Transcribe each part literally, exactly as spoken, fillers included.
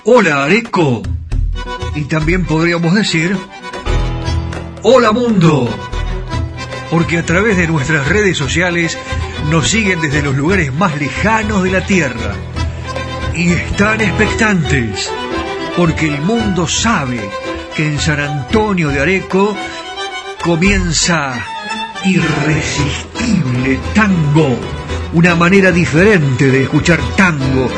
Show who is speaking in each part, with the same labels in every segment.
Speaker 1: Hola Areco, y también podríamos decir hola mundo, porque a través de nuestras redes sociales nos siguen desde los lugares más lejanos de la tierra y están expectantes porque el mundo sabe que en San Antonio de Areco comienza Irresistible Tango, una manera diferente de escuchar tango,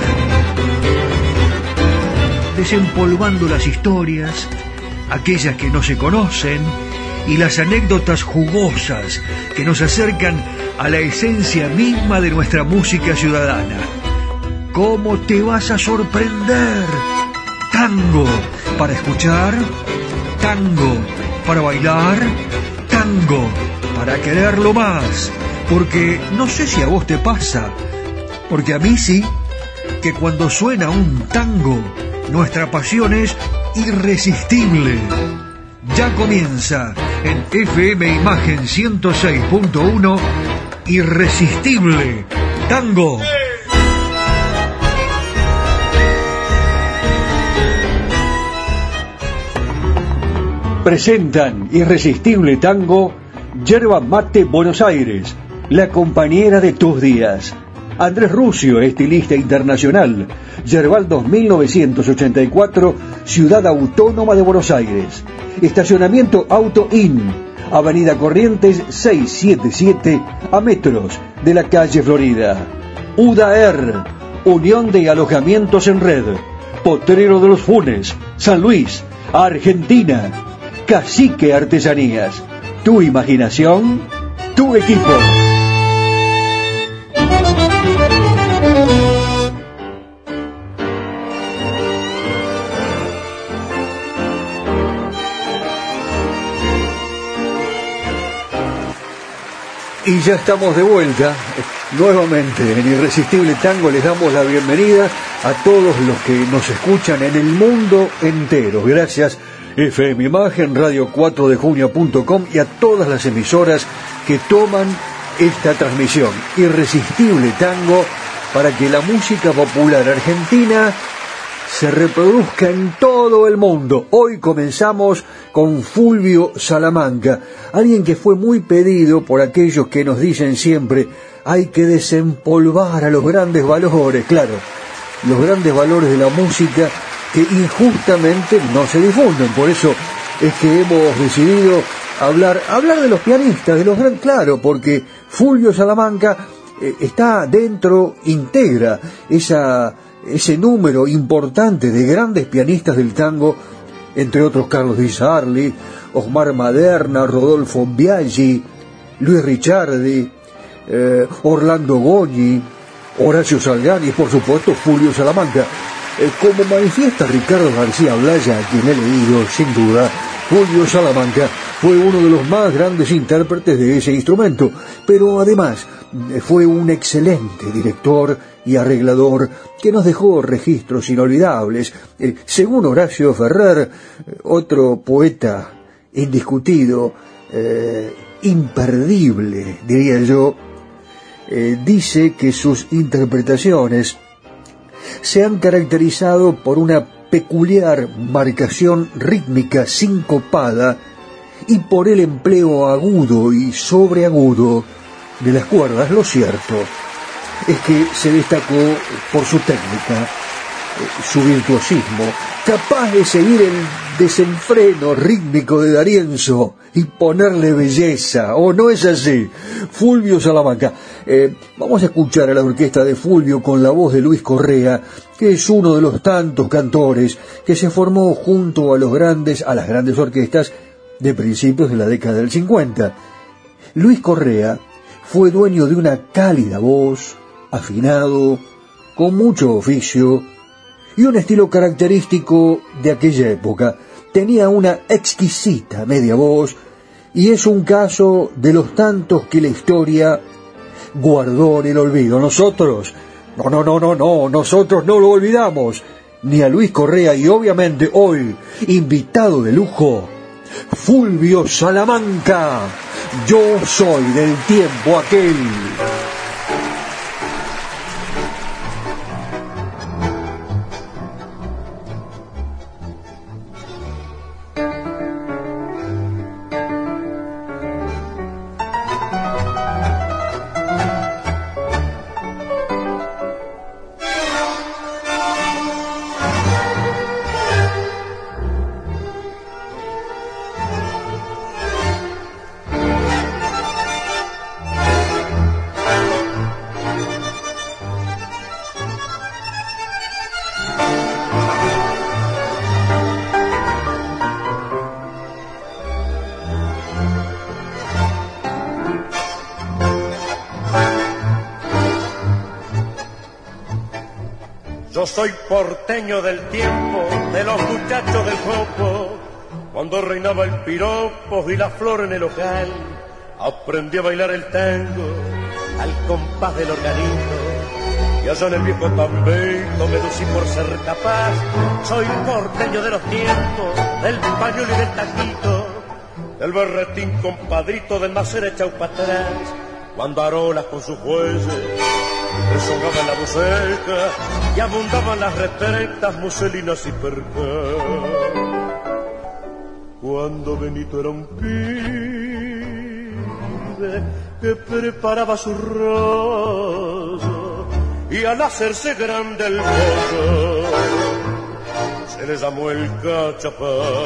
Speaker 1: desempolvando las historias, aquellas que no se conocen, y las anécdotas jugosas que nos acercan a la esencia misma de nuestra música ciudadana. ¿Cómo te vas a sorprender? Tango para escuchar, tango para bailar, tango para quererlo más, porque no sé si a vos te pasa, porque a mí sí, que cuando suena un tango, nuestra pasión es irresistible. Ya comienza en F M Imagen ciento seis punto uno, Irresistible Tango.
Speaker 2: Presentan Irresistible Tango, Yerba Mate Buenos Aires, la compañera de tus días. Andrés Rusio, estilista internacional, Yerbaldos mil novecientos ochenta y cuatro, Ciudad Autónoma de Buenos Aires. Estacionamiento Auto Inn, Avenida Corrientes seiscientos setenta y siete, a metros de la calle Florida. UDAER, Unión de Alojamientos en Red, Potrero de los Funes, San Luis, Argentina. Cacique Artesanías, tu imaginación, tu equipo. Y ya estamos de vuelta, nuevamente en Irresistible Tango. Les damos la bienvenida a todos los que nos escuchan en el mundo entero. Gracias F M Imagen, radio cuatro de junio punto com y a todas las emisoras que toman esta transmisión. Irresistible Tango, para que la música popular argentina se reproduzca en todo el mundo. Hoy comenzamos con Fulvio Salamanca, alguien que fue muy pedido por aquellos que nos dicen siempre: hay que desempolvar a los grandes valores. Claro, los grandes valores de la música que injustamente no se difunden. Por eso es que hemos decidido hablar hablar de los pianistas, de los grandes, claro, porque Fulvio Salamanca eh, está dentro, integra esa ese número importante de grandes pianistas del tango, entre otros Carlos Di Sarli, Osmar Maderna, Rodolfo Biaggi, Luis Ricciardi, eh, Orlando Gogni, Horacio Salgani y por supuesto Fulvio Salamanca. Eh, como manifiesta Ricardo García Blaya, a quien he leído, sin duda, Fulvio Salamanca fue uno de los más grandes intérpretes de ese instrumento, pero además eh, fue un excelente director y arreglador que nos dejó registros inolvidables. Eh, según Horacio Ferrer, eh, otro poeta indiscutido, eh, imperdible, diría yo, eh, dice que sus interpretaciones se han caracterizado por una peculiar marcación rítmica sincopada y por el empleo agudo y sobreagudo de las cuerdas. Lo cierto es que se destacó por su técnica, su virtuosismo, capaz de seguir el desenfreno rítmico de D'Arienzo y ponerle belleza. ¿O no es así? Fulvio Salamanca. Eh, vamos a escuchar a la orquesta de Fulvio con la voz de Luis Correa, que es uno de los tantos cantores que se formó junto a los grandes, a las grandes orquestas de principios de la década del cincuenta. Luis Correa fue dueño de una cálida voz, afinado, con mucho oficio y un estilo característico de aquella época. Tenía una exquisita media voz y es un caso de los tantos que la historia guardó en el olvido. Nosotros, no, no, no, no, no, nosotros no lo olvidamos, ni a Luis Correa, y obviamente hoy, invitado de lujo, Fulvio Salamanca. Yo soy del tiempo aquel.
Speaker 3: Yo soy porteño del tiempo, de los muchachos del copo. Cuando reinaba el piropo y la flor en el ojal, aprendí a bailar el tango al compás del organito. Y allá en el viejo tambito me lucí por ser capaz. Soy porteño de los tiempos, del pañuelo y del taquito, del berretín compadrito, del macera echado para atrás. Cuando Arolas con sus jueces resonaban la buceca y abundaban las retretas, muselinas y percas. Cuando Benito era un pibe que preparaba su rollo y al hacerse grande el pollo se le llamó el cachapá.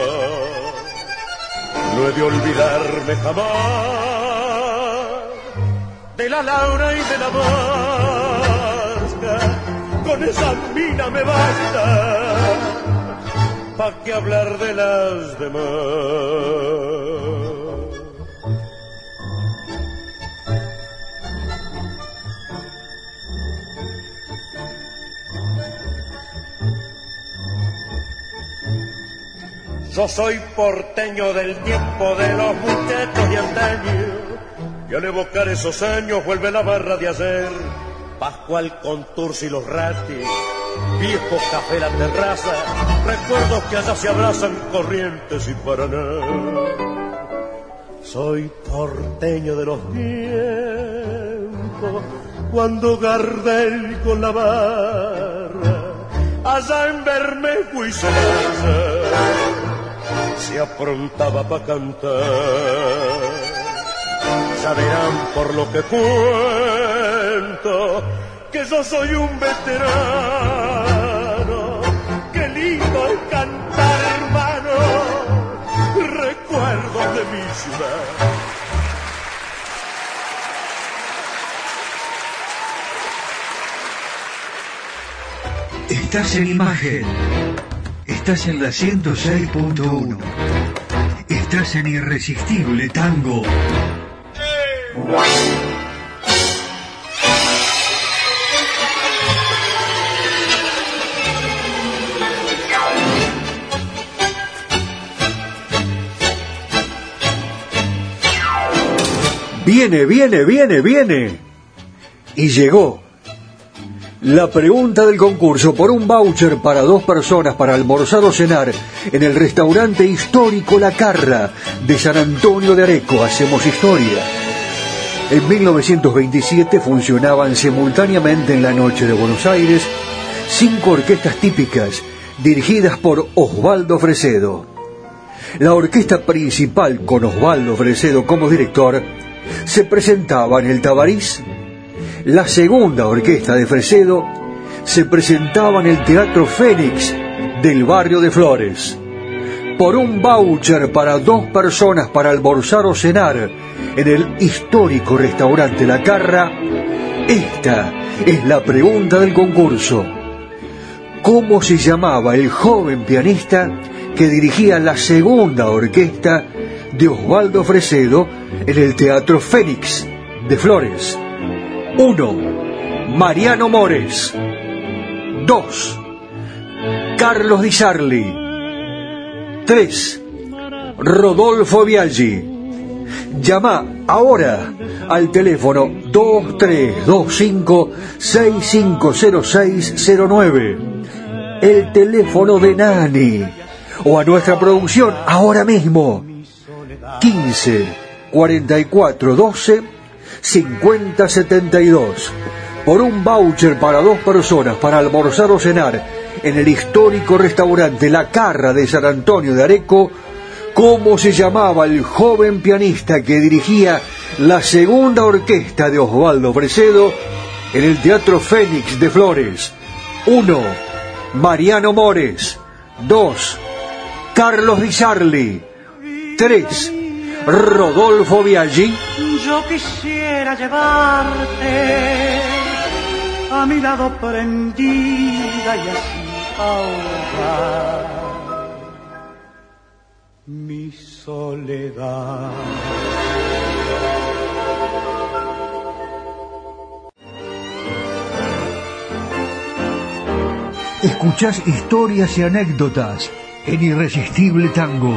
Speaker 3: No he de olvidarme jamás de la Laura y de la Vasca, con esa mina me basta, pa' que hablar de las demás. Yo soy porteño del tiempo de los muchachos de antaño, y al evocar esos años vuelve la barra de ayer. Pascual Contursi y los Ratis, viejo café la terraza, recuerdos que allá se abrazan Corrientes y Paraná. Soy porteño de los tiempos, cuando Gardel con la barra, allá en Bermejo y Cenaza, se aprontaba pa' cantar. Ya verán por lo que cuento que yo soy un veterano. Qué lindo es cantar, hermano, recuerdos de mi ciudad.
Speaker 1: Estás en imagen. Estás en la ciento seis punto uno. Estás en Irresistible Tango.
Speaker 2: Viene, viene, viene, viene. Y llegó. La pregunta del concurso por un voucher para dos personas para almorzar o cenar en el restaurante histórico La Carra de San Antonio de Areco. Hacemos historia. En mil novecientos veintisiete funcionaban simultáneamente en la noche de Buenos Aires cinco orquestas típicas dirigidas por Osvaldo Fresedo. La orquesta principal, con Osvaldo Fresedo como director, se presentaba en el Tabarís. La segunda orquesta de Fresedo se presentaba en el Teatro Fénix del barrio de Flores. Por un voucher para dos personas para almorzar o cenar en el histórico restaurante La Carra, esta es la pregunta del concurso. ¿Cómo se llamaba el joven pianista que dirigía la segunda orquesta de Osvaldo Fresedo en el Teatro Fénix de Flores? uno. Mariano Mores. dos. Carlos Di Sarli. tres. Rodolfo Biaggi. Llama ahora al teléfono dos tres dos cinco seis cinco cero seis cero nueve, el teléfono de Nani, o a nuestra producción ahora mismo, quince cuarenta y cuatro doce cincuenta setenta y dos, por un voucher para dos personas para almorzar o cenar en el histórico restaurante La Carra de San Antonio de Areco. ¿Cómo se llamaba el joven pianista que dirigía la segunda orquesta de Osvaldo Fresedo en el Teatro Fénix de Flores? uno. Mariano Mores. dos. Carlos Di Sarli. tres. Rodolfo Biaggi.
Speaker 4: Yo quisiera llevarte a mi lado prendida y así ahogar mi soledad.
Speaker 1: Escuchás historias y anécdotas en Irresistible Tango.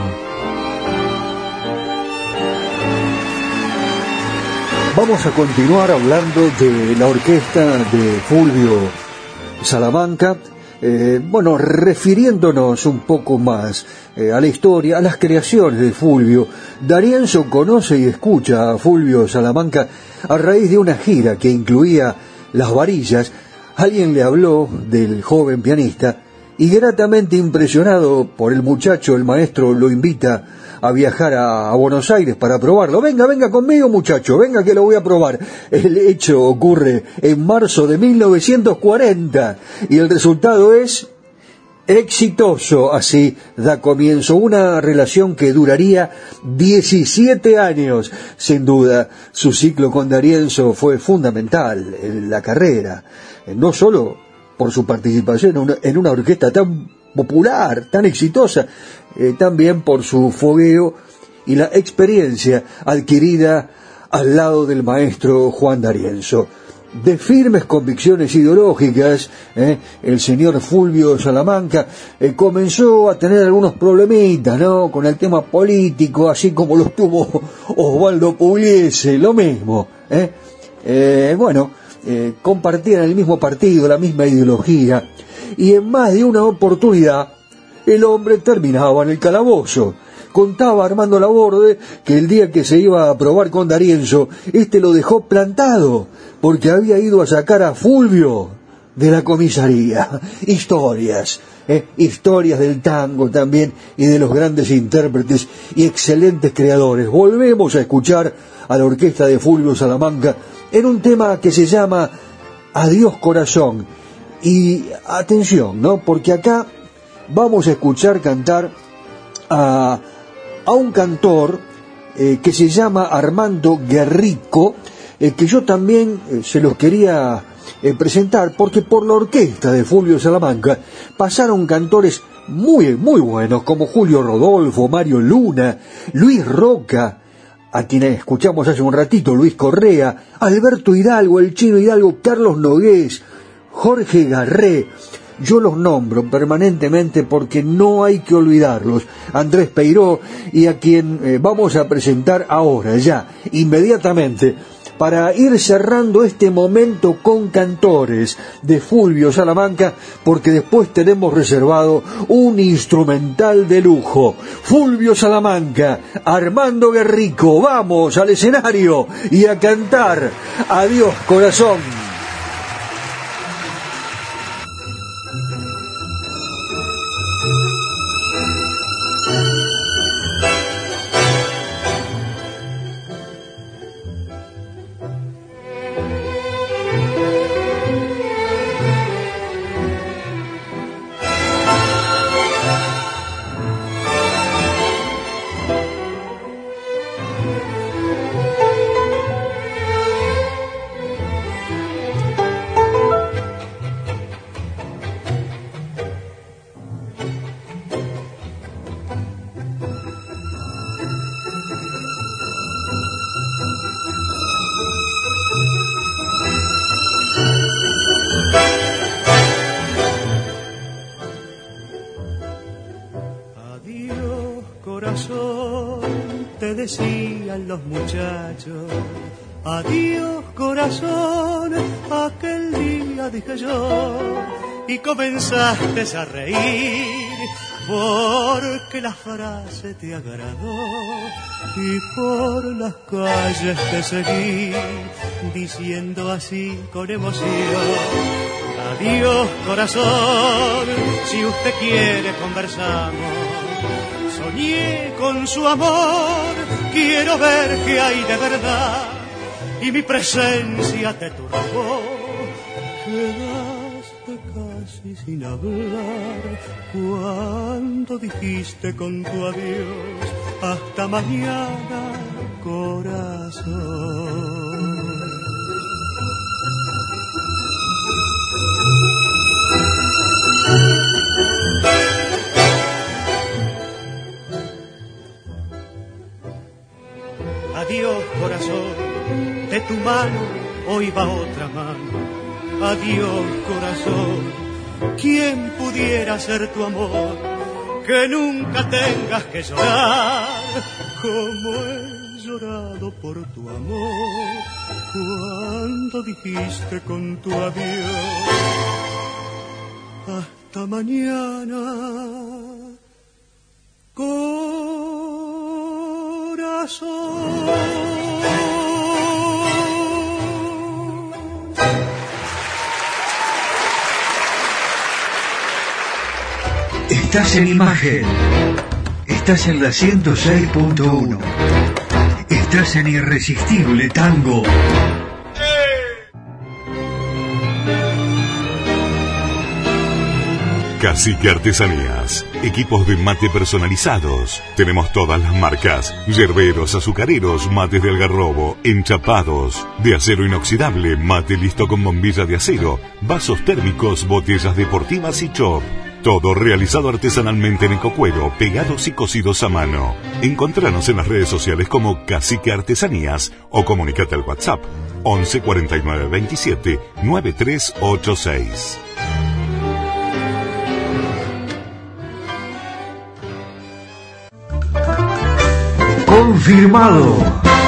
Speaker 2: Vamos a continuar hablando de la orquesta de Fulvio Salamanca, eh, bueno, refiriéndonos un poco más eh, a la historia, a las creaciones de Fulvio. D'Arienzo conoce y escucha a Fulvio Salamanca a raíz de una gira que incluía Las Varillas. Alguien le habló del joven pianista y, gratamente impresionado por el muchacho, el maestro lo invita a viajar a, a Buenos Aires para probarlo. Venga, venga conmigo, muchacho, venga que lo voy a probar. El hecho ocurre en marzo de mil novecientos cuarenta y el resultado es exitoso. Así da comienzo una relación que duraría diecisiete años. Sin duda, su ciclo con D'Arienzo fue fundamental en la carrera, no solo por su participación en una, en una orquesta tan popular, tan exitosa, eh, también por su fogueo y la experiencia adquirida al lado del maestro Juan D'Arienzo. De firmes convicciones ideológicas, eh, el señor Fulvio Salamanca eh, comenzó a tener algunos problemitas, ¿no?, con el tema político, así como los tuvo Osvaldo Pugliese, lo mismo. Eh. Eh, bueno, eh, compartían el mismo partido, la misma ideología, y en más de una oportunidad el hombre terminaba en el calabozo. Contaba Armando Laborde que el día que se iba a probar con D'Arienzo, este lo dejó plantado porque había ido a sacar a Fulvio de la comisaría. Historias, eh, historias del tango también y de los grandes intérpretes y excelentes creadores. Volvemos a escuchar a la orquesta de Fulvio Salamanca en un tema que se llama Adiós Corazón. Y atención, ¿no?, porque acá vamos a escuchar cantar a, a un cantor eh, que se llama Armando Guerrico, eh, que yo también eh, se los quería eh, presentar, porque por la orquesta de Fulvio Salamanca pasaron cantores muy, muy buenos, como Julio Rodolfo, Mario Luna, Luis Roca, a quienes escuchamos hace un ratito, Luis Correa, Alberto Hidalgo, el Chino Hidalgo, Carlos Nogués, Jorge Garré. Yo los nombro permanentemente porque no hay que olvidarlos. Andrés Peiró, y a quien eh, vamos a presentar ahora, ya, inmediatamente, para ir cerrando este momento con cantores de Fulvio Salamanca, porque después tenemos reservado un instrumental de lujo. Fulvio Salamanca, Armando Guerrico, vamos al escenario y a cantar Adiós Corazón.
Speaker 4: Decían los muchachos, adiós corazón, aquel día dije yo, y comenzaste a reír, porque la frase te agradó, y por las calles te seguí, diciendo así con emoción, adiós corazón, si usted quiere conversamos. Soñé con su amor, quiero ver qué hay de verdad, y mi presencia te turbó. Quedaste casi sin hablar cuando dijiste con tu adiós, hasta mañana, corazón. Adiós corazón, de tu mano hoy va otra mano. Adiós corazón, ¿quién pudiera ser tu amor? Que nunca tengas que llorar como he llorado por tu amor cuando dijiste con tu adiós hasta mañana, corazón.
Speaker 1: Estás en Imagen. Estás en la ciento seis punto uno. Estás en Irresistible Tango.
Speaker 5: Cacique Artesanías. Equipos de mate personalizados. Tenemos todas las marcas. Yerberos, azucareros, mates de algarrobo, enchapados, de acero inoxidable, mate listo con bombilla de acero, vasos térmicos, botellas deportivas y chop. Todo realizado artesanalmente en ecocuero, pegados y cosidos a mano. Encontranos en las redes sociales como Cacique Artesanías o comunicate al WhatsApp once cuarenta y nueve veintisiete noventa y tres ochenta y seis.
Speaker 1: Confirmado.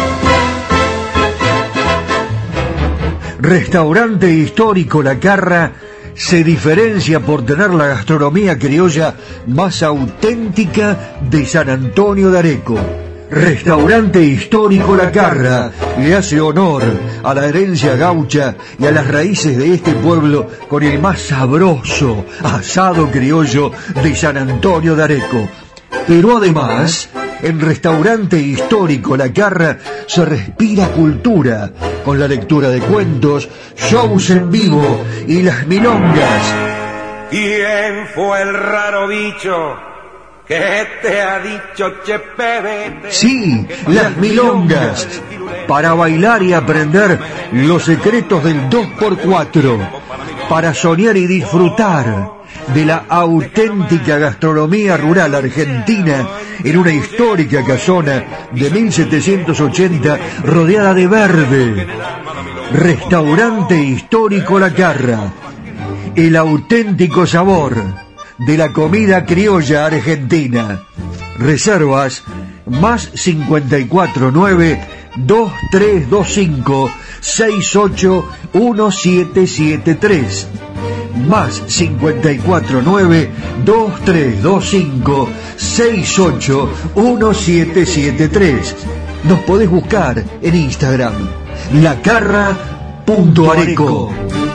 Speaker 1: Restaurante histórico La Carra se diferencia por tener la gastronomía criolla más auténtica de San Antonio de Areco. Restaurante histórico La Carra le hace honor a la herencia gaucha y a las raíces de este pueblo con el más sabroso asado criollo de San Antonio de Areco. Pero además, en Restaurante Histórico La Carra se respira cultura, con la lectura de cuentos, shows en vivo y las milongas.
Speaker 6: ¿Quién fue el raro bicho que te ha dicho Chepe?
Speaker 1: Sí, las milongas, para bailar y aprender los secretos del dos por cuatro, para soñar y disfrutar de la auténtica gastronomía rural argentina en una histórica casona de mil setecientos ochenta rodeada de verde. Restaurante Histórico La Carra, el auténtico sabor de la comida criolla argentina. Reservas más cincuenta y cuatro nueve dos tres dos cinco seis ocho uno siete siete tres. Más cincuenta y cuatro nueve dos tres dos cinco seis ocho uno siete siete tres. Nos podés buscar en Instagram, lacarra punto areco.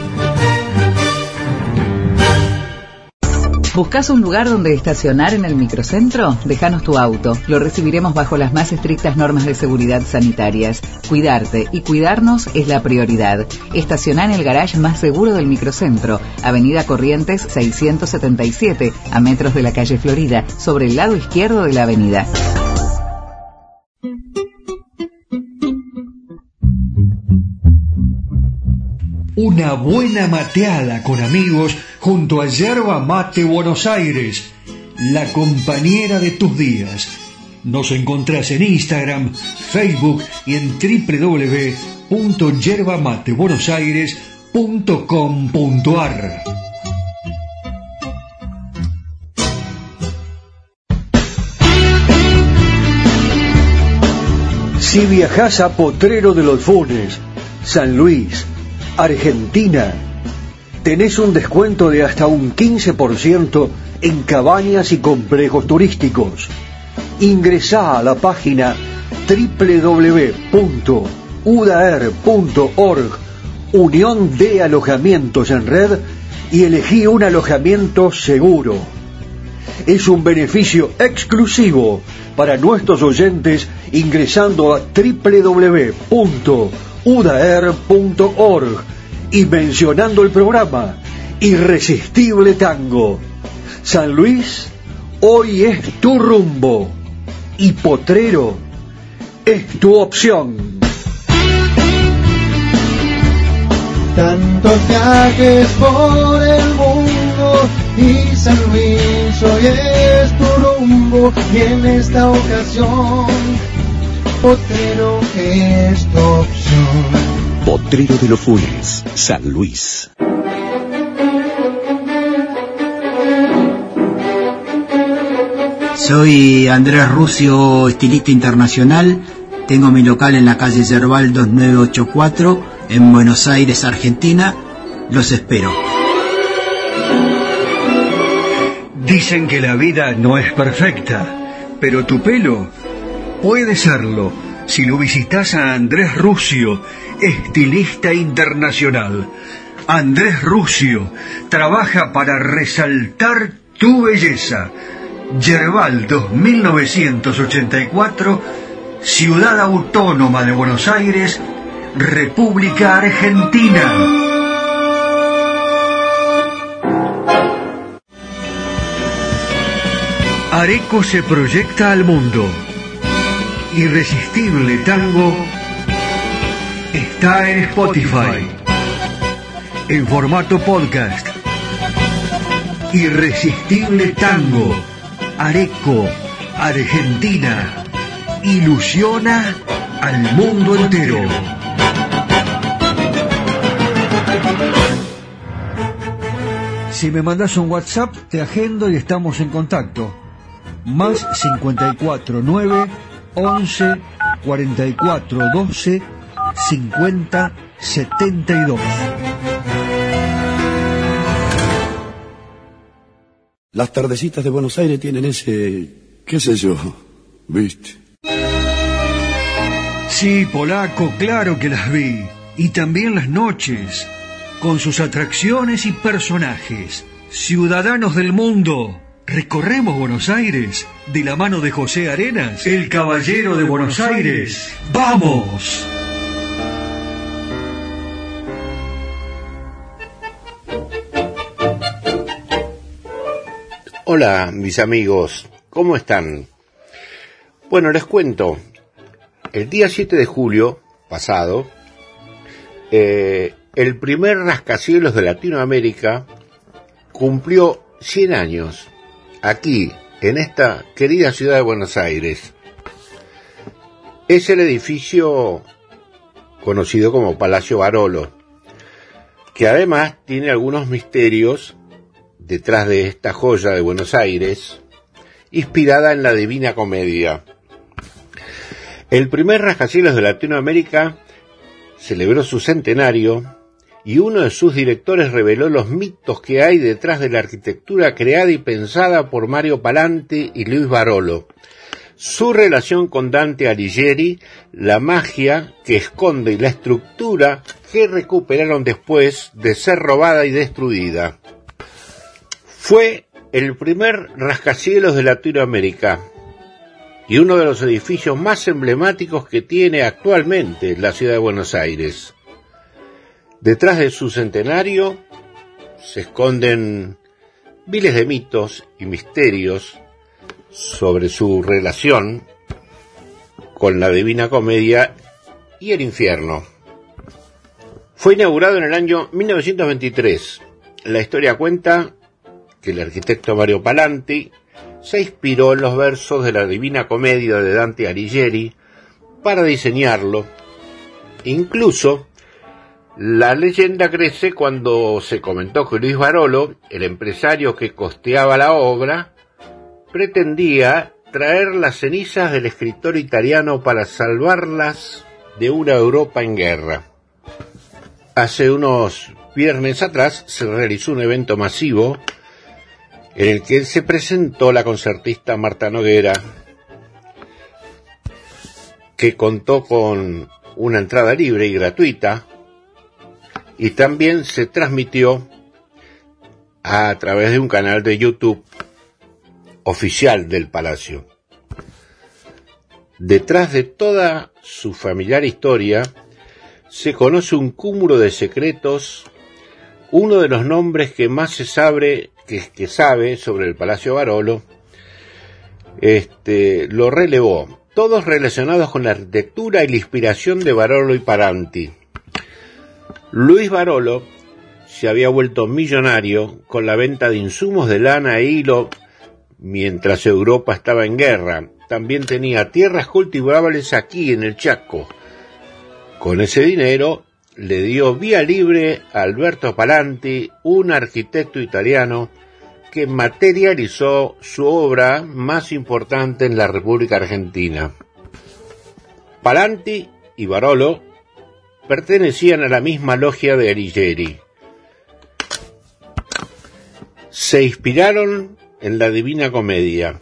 Speaker 7: ¿Buscas un lugar donde estacionar en el microcentro? Déjanos tu auto. Lo recibiremos bajo las más estrictas normas de seguridad sanitarias. Cuidarte y cuidarnos es la prioridad. Estacioná en el garage más seguro del microcentro, Avenida Corrientes seiscientos setenta y siete, a metros de la calle Florida, sobre el lado izquierdo de la avenida.
Speaker 1: Una buena mateada con amigos junto a Yerba Mate Buenos Aires, la compañera de tus días. Nos encontrás en Instagram, Facebook y en doble u doble u doble u punto yerba mate buenos aires punto com punto a r.
Speaker 2: Si viajás a Potrero de los Funes, San Luis, Argentina, tenés un descuento de hasta un quince por ciento en cabañas y complejos turísticos. Ingresá a la página doble u doble u doble u punto u d a r punto org, Unión de Alojamientos en Red, y elegí un alojamiento seguro. Es un beneficio exclusivo para nuestros oyentes ingresando a doble u doble u doble u punto u d a r punto org y mencionando el programa Irresistible Tango. San Luis, hoy es tu rumbo, y Potrero es tu opción.
Speaker 8: Tantos viajes por el mundo y San Luis hoy es tu rumbo, y en esta ocasión Potrero es tu opción.
Speaker 9: Potrero de los Funes, San Luis. Soy Andrés Rusio, estilista internacional. Tengo mi local en la calle Yerbal dos nueve ocho cuatro, en Buenos Aires, Argentina. Los espero.
Speaker 1: Dicen que la vida no es perfecta, pero tu pelo puede serlo si lo visitas a Andrés Rusio, estilista internacional. Andrés Rusio trabaja para resaltar tu belleza. Yerbal dos mil novecientos ochenta y cuatro, Ciudad Autónoma de Buenos Aires, República Argentina. Areco se proyecta al mundo. Irresistible Tango está en Spotify, en formato podcast. Irresistible Tango, Areco, Argentina, ilusiona al mundo entero.
Speaker 2: Si me mandas un WhatsApp, te agendo y estamos en contacto. Más cincuenta y cuatro nueve once cuarenta y cuatro doce cincuenta setenta y dos.
Speaker 10: Las tardecitas de Buenos Aires tienen ese, qué sé yo, ¿viste?
Speaker 1: Sí, polaco, claro que las vi. Y también las noches, con sus atracciones y personajes. Ciudadanos del mundo, recorremos Buenos Aires de la mano de José Arenas, el caballero de Buenos Aires. ¡Vamos!
Speaker 11: Hola, mis amigos, ¿cómo están? Bueno, les cuento. El día siete de julio pasado, eh, el primer rascacielos de Latinoamérica cumplió cien años, aquí, en esta querida ciudad de Buenos Aires. Es el edificio conocido como Palacio Barolo, que además tiene algunos misterios detrás de esta joya de Buenos Aires, inspirada en la Divina Comedia. El primer rascacielos de Latinoamérica celebró su centenario y uno de sus directores reveló los mitos que hay detrás de la arquitectura creada y pensada por Mario Palanti y Luis Barolo, su relación con Dante Alighieri, la magia que esconde y la estructura que recuperaron después de ser robada y destruida. Fue el primer rascacielos de Latinoamérica y uno de los edificios más emblemáticos que tiene actualmente la ciudad de Buenos Aires. Detrás de su centenario se esconden miles de mitos y misterios sobre su relación con la Divina Comedia y el infierno. Fue inaugurado en el año mil novecientos veintitrés. La historia cuenta que el arquitecto Mario Palanti se inspiró en los versos de la Divina Comedia de Dante Alighieri para diseñarlo. Incluso la leyenda crece cuando se comentó que Luis Barolo, el empresario que costeaba la obra, pretendía traer las cenizas del escritor italiano para salvarlas de una Europa en guerra. Hace unos viernes atrás se realizó un evento masivo en el que se presentó la concertista Marta Noguera, que contó con una entrada libre y gratuita, y también se transmitió a través de un canal de YouTube oficial del Palacio. Detrás de toda su familiar historia se conoce un cúmulo de secretos. Uno de los nombres que más se sabe que, que sabe sobre el Palacio Barolo este, lo relevó, todos relacionados con la arquitectura y la inspiración de Barolo y Palanti. Luis Barolo se había vuelto millonario con la venta de insumos de lana e hilo mientras Europa estaba en guerra. También tenía tierras cultivables aquí en el Chaco. Con ese dinero le dio vía libre a Alberto Palanti, un arquitecto italiano que materializó su obra más importante en la República Argentina. Palanti y Barolo pertenecían a la misma logia de Alighieri. Se inspiraron en la Divina Comedia.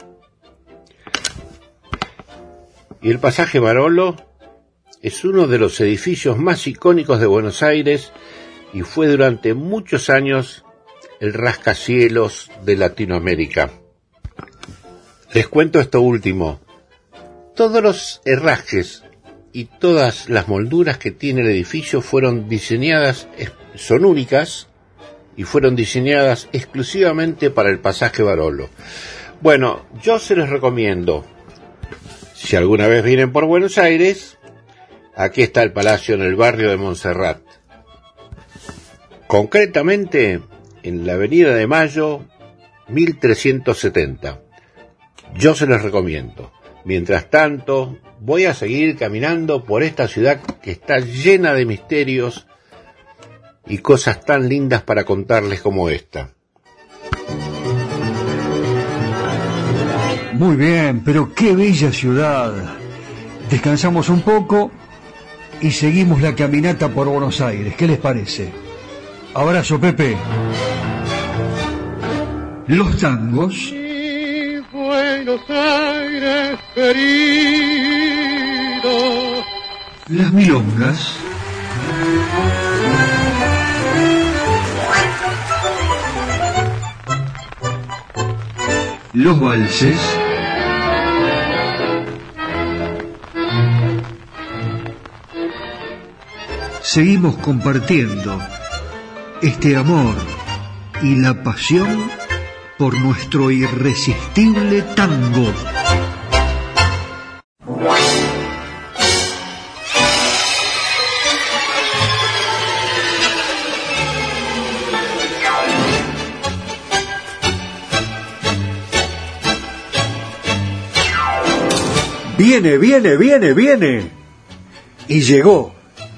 Speaker 11: Y el pasaje Barolo es uno de los edificios más icónicos de Buenos Aires y fue durante muchos años el rascacielos de Latinoamérica. Les cuento esto último. Todos los herrajes y todas las molduras que tiene el edificio fueron diseñadas, son únicas y fueron diseñadas exclusivamente para el pasaje Barolo. Bueno, yo se les recomiendo, si alguna vez vienen por Buenos Aires, aquí está el palacio en el barrio de Montserrat. Concretamente en la avenida de Mayo, mil trescientos setenta. Yo se les recomiendo. Mientras tanto, voy a seguir caminando por esta ciudad que está llena de misterios y cosas tan lindas para contarles como esta.
Speaker 2: Muy bien, pero qué bella ciudad. Descansamos un poco y seguimos la caminata por Buenos Aires. ¿Qué les parece? Abrazo, Pepe. Los tangos.
Speaker 4: Buenos Aires querido.
Speaker 2: Las milongas. Los valses. Seguimos compartiendo este amor y la pasión por nuestro irresistible tango. Viene, viene, viene, viene. Y llegó.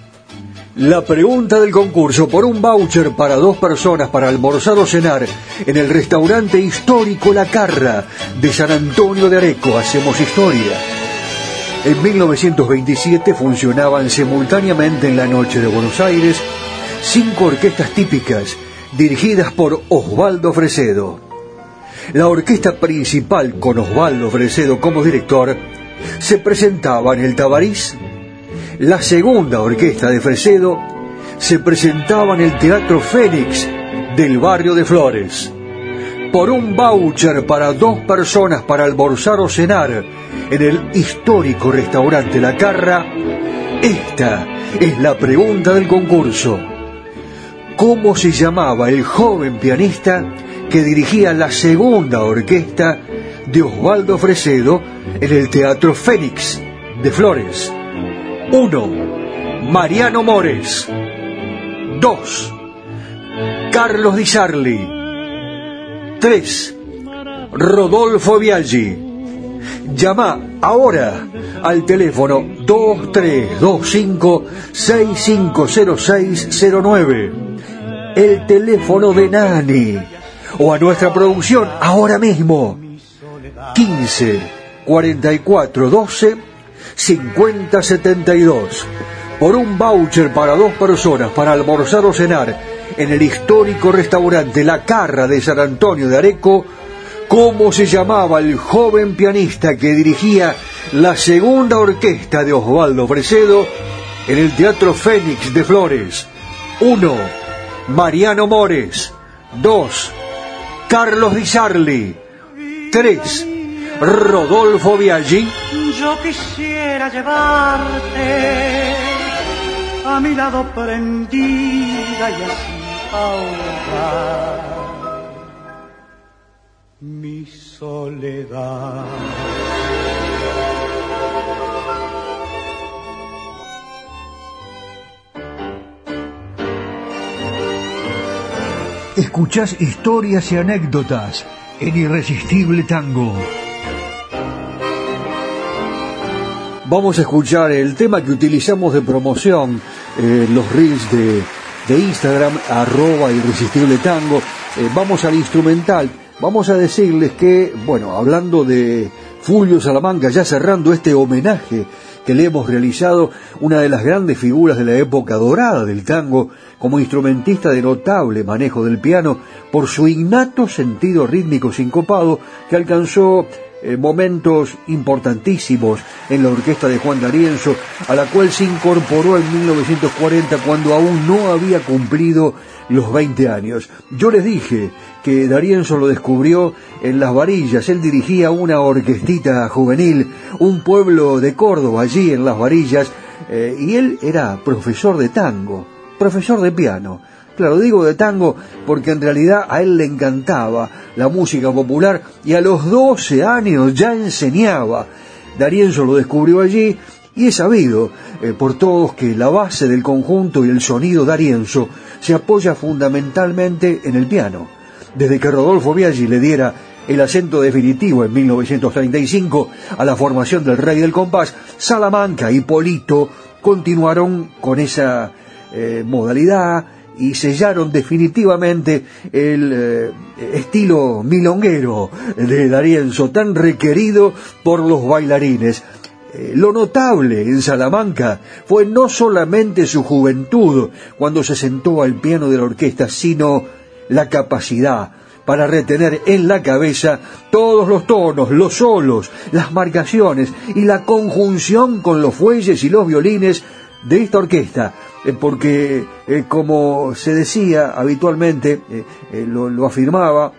Speaker 2: La pregunta del concurso por un voucher para dos personas para almorzar o cenar en el restaurante histórico La Carra de San Antonio de Areco. Hacemos historia. En mil novecientos veintisiete funcionaban simultáneamente en la noche de Buenos Aires cinco orquestas típicas dirigidas por Osvaldo Fresedo. La orquesta principal, con Osvaldo Fresedo como director, se presentaba en el Tabarís. La segunda orquesta de Fresedo se presentaba en el Teatro Fénix del barrio de Flores. Por un voucher para dos personas para almorzar o cenar en el histórico restaurante La Carra, esta es la pregunta del concurso. ¿Cómo se llamaba el joven pianista que dirigía la segunda orquesta de Osvaldo Fresedo en el Teatro Fénix de Flores? uno. Mariano Mores. dos. Carlos Di Sarli. tres. Rodolfo Biaggi. Llama ahora al teléfono dos tres dos cinco seis cinco cero seis cero nueve, el teléfono de Nani, o a nuestra producción ahora mismo, quince cuarenta y cuatro doce cincuenta setenta y dos, por un voucher para dos personas para almorzar o cenar en el histórico restaurante La Carra de San Antonio de Areco. ¿Cómo se llamaba el joven pianista que dirigía la segunda orquesta de Osvaldo Fresedo en el Teatro Fénix de Flores? uno. Mariano Mores. dos. Carlos Di Sarli. tres. Rodolfo Biaggi.
Speaker 4: Yo quisiera llevarte a mi lado prendida y así ahogar mi soledad.
Speaker 2: Escuchás historias y anécdotas en Irresistible Tango. Vamos a escuchar el tema que utilizamos de promoción, eh, los reels de, de Instagram, arroba Irresistible Tango. Eh, vamos al instrumental vamos a decirles que, bueno, hablando de Fulvio Salamanca, ya cerrando este homenaje que le hemos realizado, una de las grandes figuras de la época dorada del tango, como instrumentista de notable manejo del piano, por su innato sentido rítmico sincopado que alcanzó eh, momentos importantísimos en la orquesta de Juan D'Arienzo, a la cual se incorporó en mil novecientos cuarenta cuando aún no había cumplido los veinte años. Yo les dije que D'Arienzo lo descubrió en Las Varillas. Él dirigía una orquestita juvenil, un pueblo de Córdoba, allí en Las Varillas, eh, y él era profesor de tango, profesor de piano. Claro, digo de tango porque en realidad a él le encantaba la música popular y a los doce años ya enseñaba. D'Arienzo lo descubrió allí y es sabido eh, por todos que la base del conjunto y el sonido D'Arienzo se apoya fundamentalmente en el piano. Desde que Rodolfo Biaggi le diera el acento definitivo en mil novecientos treinta y cinco a la formación del Rey del Compás, Salamanca y Polito continuaron con esa eh, modalidad y sellaron definitivamente el eh, estilo milonguero de D'Arienzo, tan requerido por los bailarines. Eh, lo notable en Salamanca fue no solamente su juventud cuando se sentó al piano de la orquesta, sino la capacidad para retener en la cabeza todos los tonos, los solos, las marcaciones y la conjunción con los fuelles y los violines de esta orquesta, eh, porque eh, como se decía habitualmente, eh, eh, lo, lo afirmaba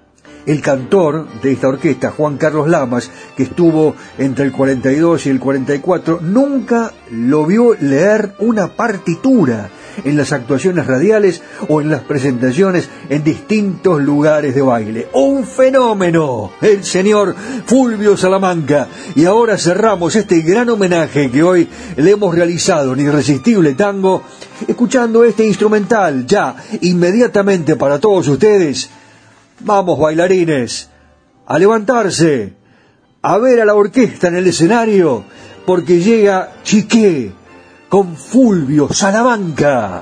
Speaker 2: el cantor de esta orquesta, Juan Carlos Lamas, que estuvo entre el cuarenta y dos y el cuarenta y cuatro, nunca lo vio leer una partitura en las actuaciones radiales o en las presentaciones en distintos lugares de baile. ¡Un fenómeno! El señor Fulvio Salamanca. Y ahora cerramos este gran homenaje que hoy le hemos realizado en Irresistible Tango, escuchando este instrumental ya inmediatamente para todos ustedes. Vamos, bailarines, a levantarse, a ver a la orquesta en el escenario, porque llega Chiqué con Fulvio Salamanca.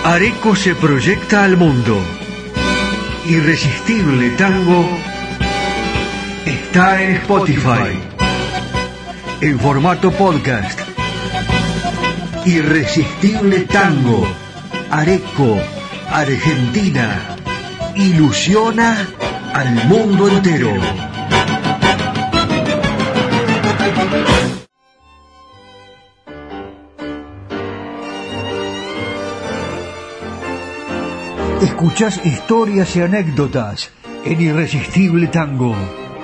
Speaker 1: Areco se proyecta al mundo. Irresistible Tango está en Spotify, en formato podcast. Irresistible Tango, Areco, Argentina, ilusiona al mundo entero. Escuchás historias y anécdotas en Irresistible Tango.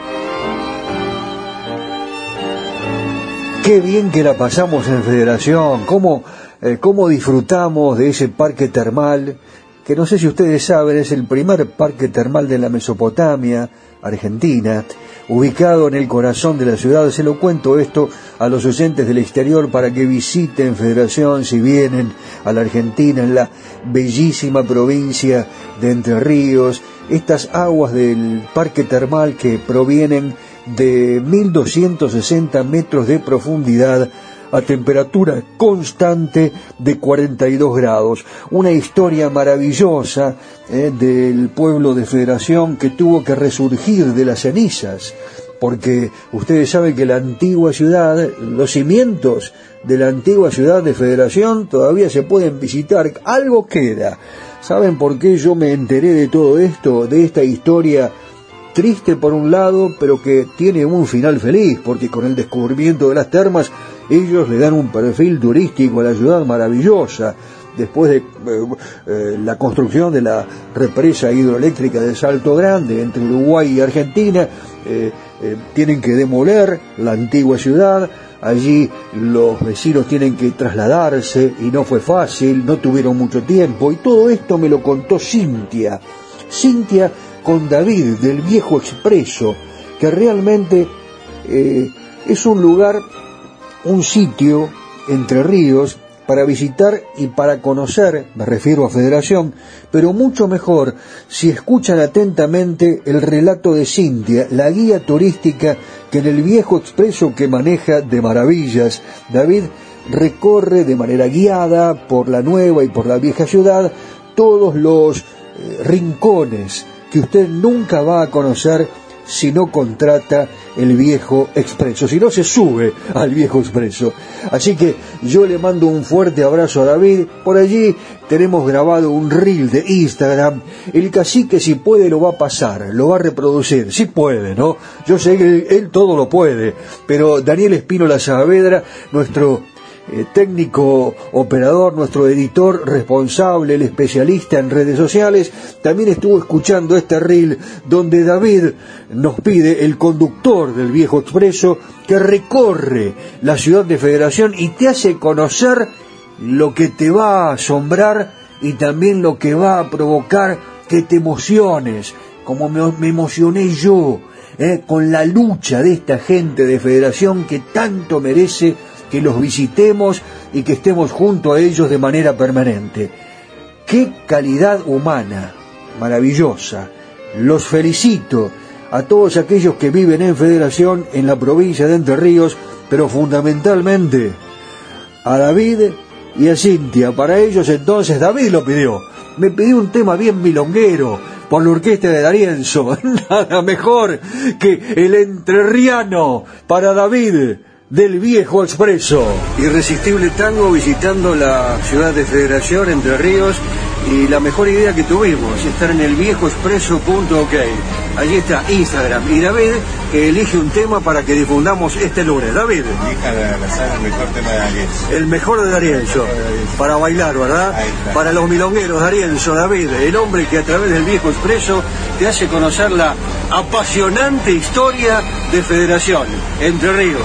Speaker 2: Qué bien que la pasamos en Federación, cómo, eh, cómo disfrutamos de ese parque termal, que no sé si ustedes saben, es el primer parque termal de la Mesopotamia, Argentina, ubicado en el corazón de la ciudad. Se lo cuento esto a los oyentes del exterior para que visiten Federación si vienen a la Argentina, en la bellísima provincia de Entre Ríos. Estas aguas del parque termal que provienen de mil doscientos sesenta metros de profundidad a temperatura constante de cuarenta y dos grados. Una historia maravillosa eh, del pueblo de Federación, que tuvo que resurgir de las cenizas, porque ustedes saben que la antigua ciudad, los cimientos de la antigua ciudad de Federación todavía se pueden visitar, algo queda. ¿Saben por qué yo me enteré de todo esto, de esta historia triste por un lado, pero que tiene un final feliz? Porque con el descubrimiento de las termas, ellos le dan un perfil turístico a la ciudad maravillosa. Después de eh, eh, la construcción de la represa hidroeléctrica de Salto Grande entre Uruguay y Argentina, eh, eh, tienen que demoler la antigua ciudad. Allí los vecinos tienen que trasladarse y no fue fácil, no tuvieron mucho tiempo, y todo esto me lo contó Cintia. Cintia con David del Viejo Expreso, que realmente eh, es un lugar, un sitio, Entre Ríos, para visitar y para conocer, me refiero a Federación, pero mucho mejor si escuchan atentamente el relato de Cintia, la guía turística que en el Viejo Expreso que maneja de maravillas. David recorre de manera guiada por la nueva y por la vieja ciudad todos los eh, rincones que usted nunca va a conocer si no contrata el Viejo Expreso, si no se sube al Viejo Expreso. Así que yo le mando un fuerte abrazo a David. Por allí tenemos grabado un reel de Instagram. El cacique, si puede, lo va a pasar, lo va a reproducir, si puede, ¿no? Yo sé que él, él todo lo puede, pero Daniel Espínola Saavedra, nuestro Eh, técnico operador, nuestro editor responsable, el especialista en redes sociales, también estuvo escuchando este reel donde David nos pide, el conductor del Viejo Expreso, que recorre la ciudad de Federación y te hace conocer lo que te va a asombrar y también lo que va a provocar que te emociones, como me, me emocioné yo eh, con la lucha de esta gente de Federación que tanto merece que los visitemos y que estemos junto a ellos de manera permanente. ¡Qué calidad humana! Maravillosa. Los felicito a todos aquellos que viven en Federación, en la provincia de Entre Ríos, pero fundamentalmente a David y a Cintia. Para ellos entonces, David lo pidió. Me pidió un tema bien milonguero por la orquesta de D'Arienzo. Nada mejor que el entrerriano para David del Viejo Expreso. Irresistible Tango visitando la ciudad de Federación, Entre Ríos, y la mejor idea que tuvimos, estar en el viejo expreso punto ok. Allí está Instagram, y David que elige un tema para que difundamos este lunes. David,
Speaker 12: elija el mejor tema de D'Arienzo.
Speaker 2: El mejor de D'Arienzo, para bailar, ¿verdad? Para los milongueros, D'Arienzo, David, el hombre que a través del Viejo Expreso te hace conocer la apasionante historia de Federación, Entre Ríos.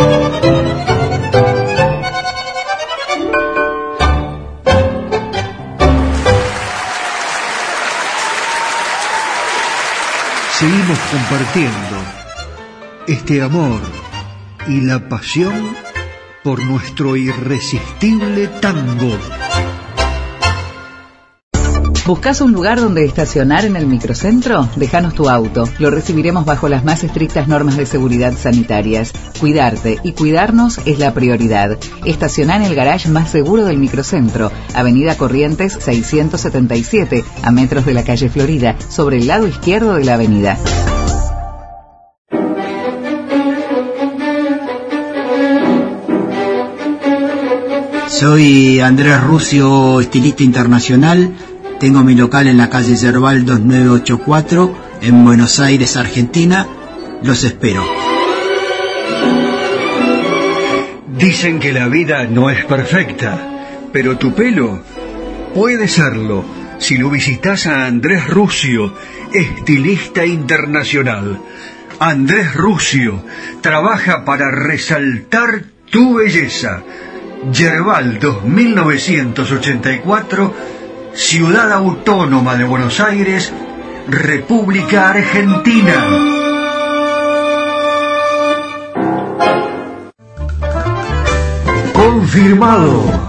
Speaker 1: Seguimos compartiendo este amor y la pasión por nuestro irresistible tango.
Speaker 7: ¿Buscas un lugar donde estacionar en el microcentro? Déjanos tu auto. Lo recibiremos bajo las más estrictas normas de seguridad sanitarias. Cuidarte y cuidarnos es la prioridad. Estacioná en el garage más seguro del microcentro, Avenida Corrientes seiscientos setenta y siete, a metros de la calle Florida, sobre el lado izquierdo de la avenida.
Speaker 9: Soy Andrés Rucio, estilista internacional. Tengo mi local en la calle Yerbal dos nueve ocho cuatro, en Buenos Aires, Argentina. Los espero.
Speaker 1: Dicen que la vida no es perfecta, pero tu pelo puede serlo si lo visitas a Andrés Rucio, estilista internacional. Andrés Rucio trabaja para resaltar tu belleza. Yerbal dos mil novecientos ochenta y cuatro, Ciudad Autónoma de Buenos Aires, República Argentina. Confirmado.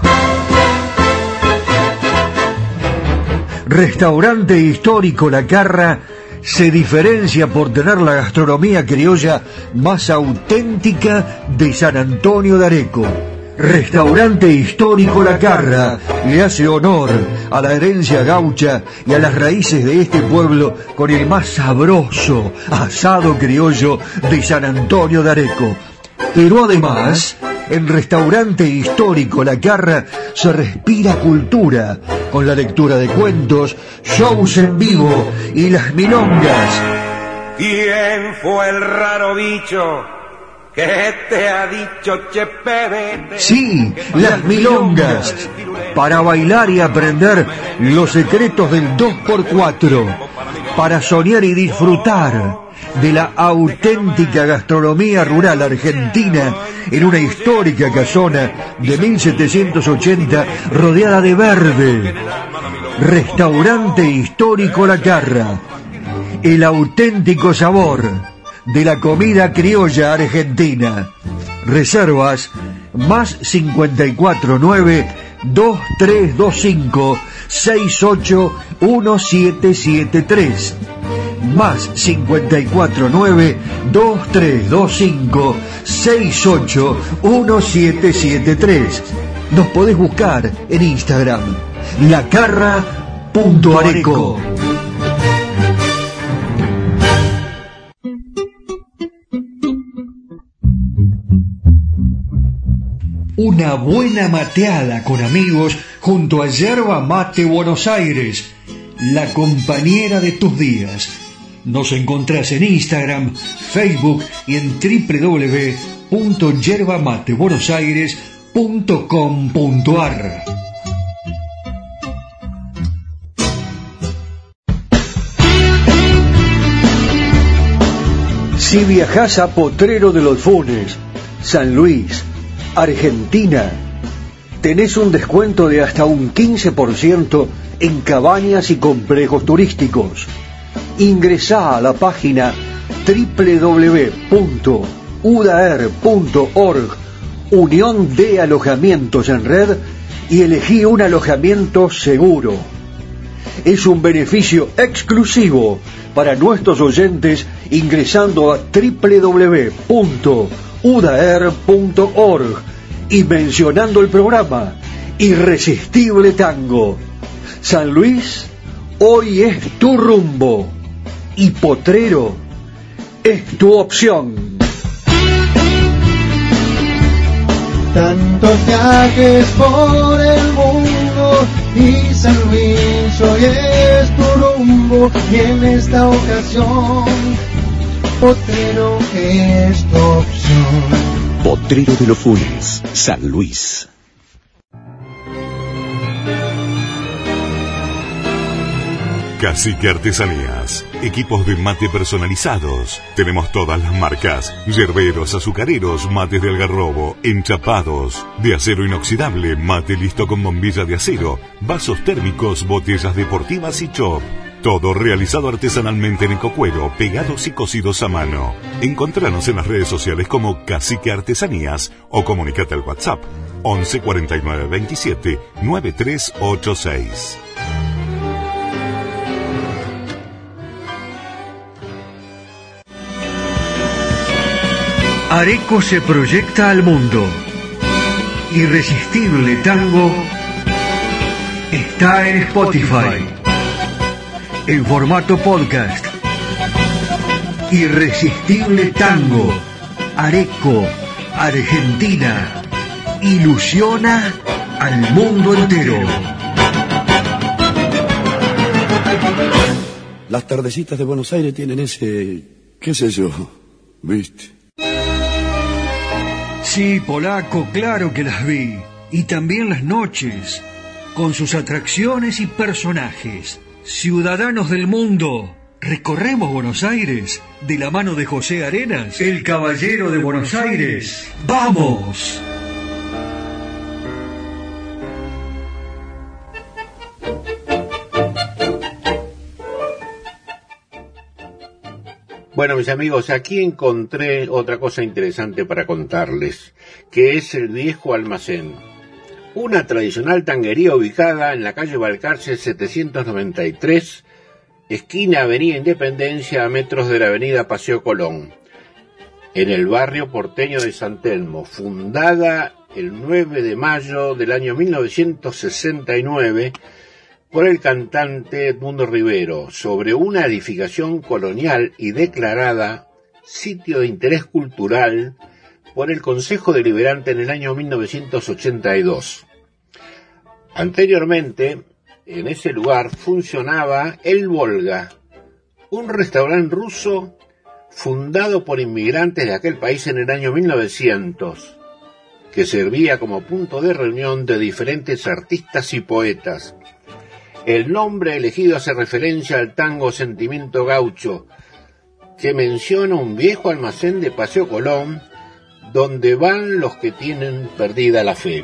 Speaker 1: Restaurante histórico La Carra se diferencia por tener la gastronomía criolla más auténtica de San Antonio de Areco. Restaurante histórico La Carra le hace honor a la herencia gaucha y a las raíces de este pueblo con el más sabroso asado criollo de San Antonio de Areco. Pero además, en Restaurante histórico La Carra se respira cultura con la lectura de cuentos, shows en vivo y las milongas.
Speaker 6: ¿Quién fue el raro bicho que te ha dicho Chepe?
Speaker 1: Sí, las milongas, para bailar y aprender los secretos del dos por cuatro, para soñar y disfrutar de la auténtica gastronomía rural argentina en una histórica casona de mil setecientos ochenta rodeada de verde. Restaurante histórico La Carra, el auténtico sabor de la comida criolla argentina. Reservas más cincuenta y cuatro nueve dos tres dos cinco seis ocho uno siete siete tres, más cincuenta y cuatro nueve dos tres dos cinco seis ocho uno siete siete tres. Nos podés buscar en Instagram, lacarra punto areco. Una buena mateada con amigos junto a Yerba Mate Buenos Aires, la compañera de tus días. Nos encontrás en Instagram, Facebook y en doble u doble u doble u punto yerba mate buenos aires punto com punto a r. Si viajás a Potrero de los Funes, San Luis, Argentina, tenés un descuento de hasta un quince por ciento en cabañas y complejos turísticos. Ingresá a la página doble u doble u doble u punto u d a r punto org, Unión de Alojamientos en Red, y elegí un alojamiento seguro. Es un beneficio exclusivo para nuestros oyentes ingresando a doble u doble u doble u punto u d a r punto org y mencionando el programa Irresistible Tango. San Luis, hoy es tu rumbo, y Potrero es tu opción.
Speaker 8: Tantos viajes por el mundo y San Luis hoy es tu rumbo, y en esta ocasión Potrero es tu opción.
Speaker 13: Potrero de los Funes, San Luis.
Speaker 5: Cacique Artesanías, equipos de mate personalizados. Tenemos todas las marcas: yerberos, azucareros, mates de algarrobo, enchapados, de acero inoxidable, mate listo con bombilla de acero, vasos térmicos, botellas deportivas y chop. Todo realizado artesanalmente en ecocuero, pegados y cosidos a mano. Encontranos en las redes sociales como Cacique Artesanías o comunicate al WhatsApp once cuarenta y nueve veintisiete noventa y tres ochenta y seis.
Speaker 1: Areco se proyecta al mundo. Irresistible Tango está en Spotify en formato podcast. Irresistible Tango, Areco, Argentina, ilusiona al mundo entero.
Speaker 10: Las tardecitas de Buenos Aires tienen ese, qué sé yo, ¿viste?
Speaker 1: Sí, polaco, claro que las vi. Y también las noches, con sus atracciones y personajes. Ciudadanos del mundo, recorremos Buenos Aires de la mano de José Arenas, el caballero de Buenos Aires. ¡Vamos!
Speaker 11: Bueno, mis amigos, aquí encontré otra cosa interesante para contarles, que es el Viejo Almacén, una tradicional tanguería ubicada en la calle Balcarce setecientos noventa y tres, esquina Avenida Independencia, a metros de la avenida Paseo Colón, en el barrio porteño de San Telmo, fundada el nueve de mayo del año mil novecientos sesenta y nueve, por el cantante Edmundo Rivero, sobre una edificación colonial y declarada sitio de interés cultural por el Consejo Deliberante en el año mil novecientos ochenta y dos. Anteriormente, en ese lugar funcionaba El Volga, un restaurante ruso fundado por inmigrantes de aquel país en el año mil novecientos, que servía como punto de reunión de diferentes artistas y poetas. El nombre elegido hace referencia al tango Sentimiento Gaucho, que menciona un viejo almacén de Paseo Colón, donde van los que tienen perdida la fe.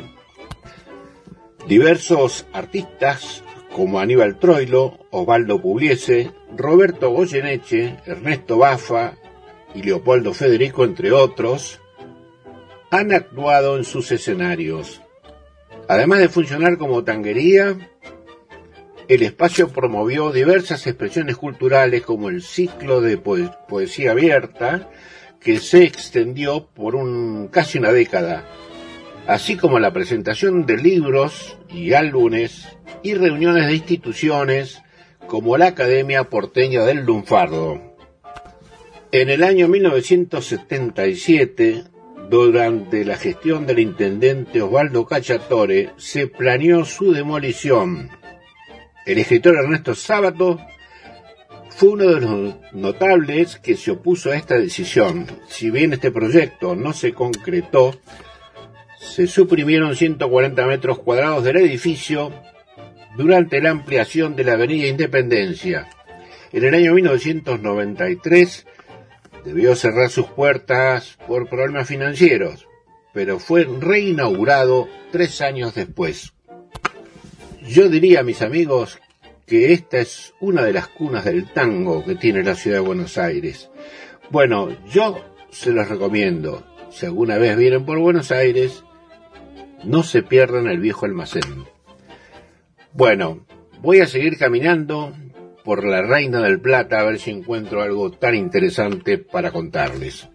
Speaker 11: Diversos artistas, como Aníbal Troilo, Osvaldo Pugliese, Roberto Goyeneche, Ernesto Baffa y Leopoldo Federico, entre otros, han actuado en sus escenarios. Además de funcionar como tanguería, el espacio promovió diversas expresiones culturales, como el ciclo de poe- poesía abierta, que se extendió por un, casi una década, así como la presentación de libros y álbumes y reuniones de instituciones como la Academia Porteña del Lunfardo. En el año mil novecientos setenta y siete, durante la gestión del intendente Osvaldo Cacciatore, se planeó su demolición. El escritor Ernesto Sábato fue uno de los notables que se opuso a esta decisión. Si bien este proyecto no se concretó, se suprimieron ciento cuarenta metros cuadrados del edificio durante la ampliación de la avenida Independencia. En el año mil novecientos noventa y tres debió cerrar sus puertas por problemas financieros, pero fue reinaugurado tres años después. Yo diría, mis amigos, que esta es una de las cunas del tango que tiene la ciudad de Buenos Aires. Bueno, yo se los recomiendo. Si alguna vez vienen por Buenos Aires, no se pierdan el Viejo Almacén. Bueno, voy a seguir caminando por la Reina del Plata a ver si encuentro algo tan interesante para contarles.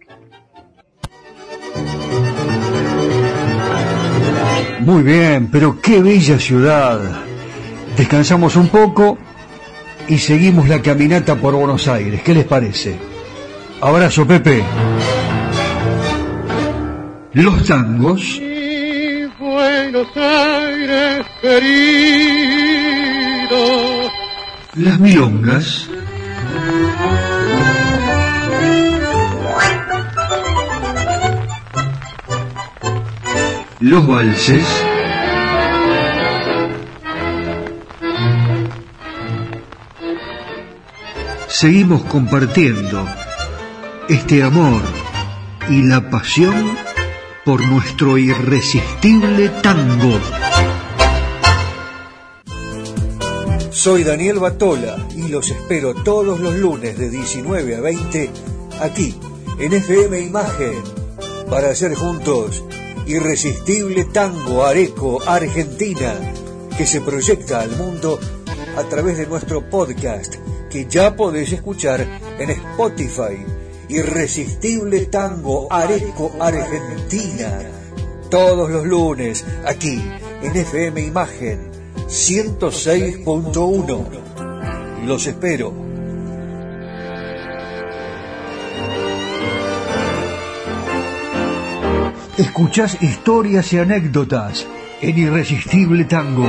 Speaker 1: Muy bien, pero qué bella ciudad. Descansamos un poco y seguimos la caminata por Buenos Aires. ¿Qué les parece? Abrazo, Pepe. Los tangos.
Speaker 4: Mi Buenos Aires querido.
Speaker 1: Las milongas. Los valses. seguimos compartiendo este amor y la pasión por nuestro irresistible tango.
Speaker 2: Soy Daniel Batola y los espero todos los lunes de diecinueve a veinte aquí en F M Imagen para hacer juntos Irresistible Tango Areco Argentina, que se proyecta al mundo a través de nuestro podcast que ya podés escuchar en Spotify. Irresistible Tango Areco Argentina, todos los lunes aquí en F M Imagen ciento seis punto uno. Los espero.
Speaker 1: Escuchás historias y anécdotas en Irresistible Tango.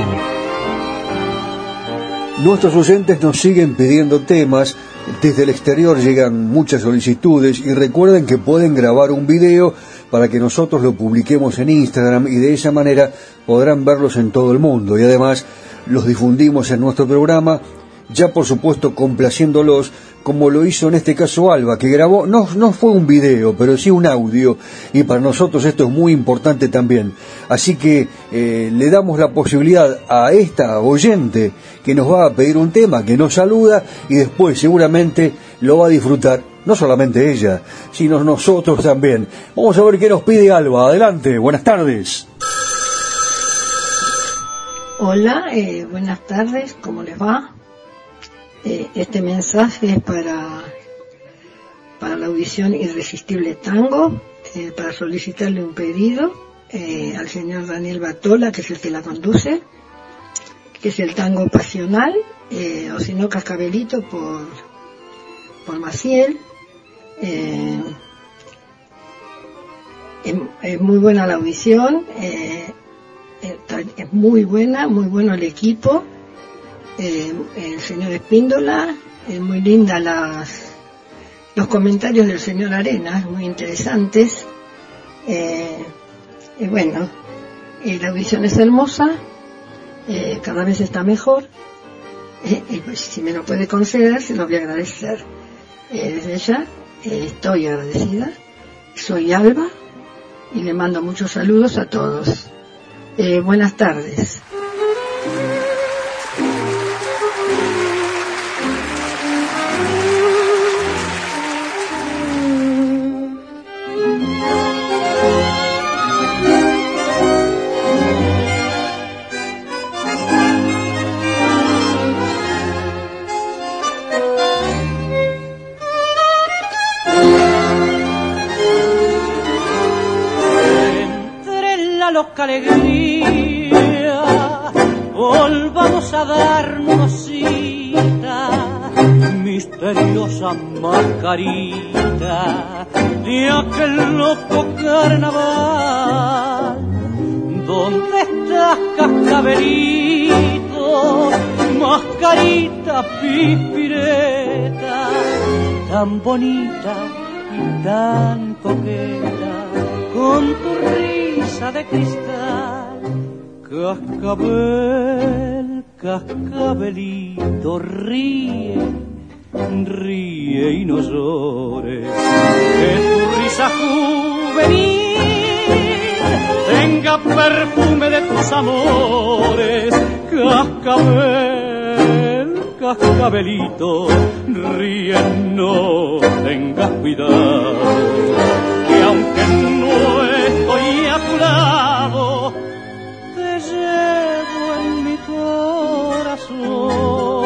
Speaker 2: Nuestros oyentes nos siguen pidiendo temas. Desde el exterior llegan muchas solicitudes y recuerden que pueden grabar un video para que nosotros lo publiquemos en Instagram y de esa manera podrán verlos en todo el mundo, y además los difundimos en nuestro programa, ya por supuesto complaciéndolos, como lo hizo en este caso Alba, que grabó, no, no fue un video, pero sí un audio, y para nosotros esto es muy importante también. Así que eh, le damos la posibilidad a esta oyente que nos va a pedir un tema, que nos saluda, y después seguramente lo va a disfrutar, no solamente ella, sino nosotros también. Vamos a ver qué nos pide Alba. Adelante, buenas tardes.
Speaker 14: Hola, eh, buenas tardes, ¿cómo les va? Eh, este mensaje es para, para la audición Irresistible Tango, eh, para solicitarle un pedido eh, al señor Daniel Batola, que es el que la conduce, que es el tango pasional, eh, o si no Cascabelito por, por Maciel. Eh, es, es muy buena la audición, eh, es muy buena, muy bueno el equipo. Eh, el señor Espíndola, eh, muy linda las los comentarios del señor Arenas, muy interesantes. Eh, y bueno, eh, la audición es hermosa, eh, cada vez está mejor, eh, y pues, si me lo puede conceder, se lo voy a agradecer. Eh, desde ya eh, estoy agradecida. Soy Alba y le mando muchos saludos a todos. Eh, buenas tardes.
Speaker 4: Loca alegría, volvamos a darnos cita, misteriosa mascarita de aquel loco carnaval. ¿Dónde estás, cascabelito, mascarita pispireta, tan bonita y tan coqueta, con tu risa de cristal? Cascabel, cascabelito, ríe, ríe y no llores, que tu risa juvenil tenga perfume de tus amores. Cascabel, cascabelito, ríe, no tengas cuidado, que aunque no estoy a tu lado, te llevo en mi corazón.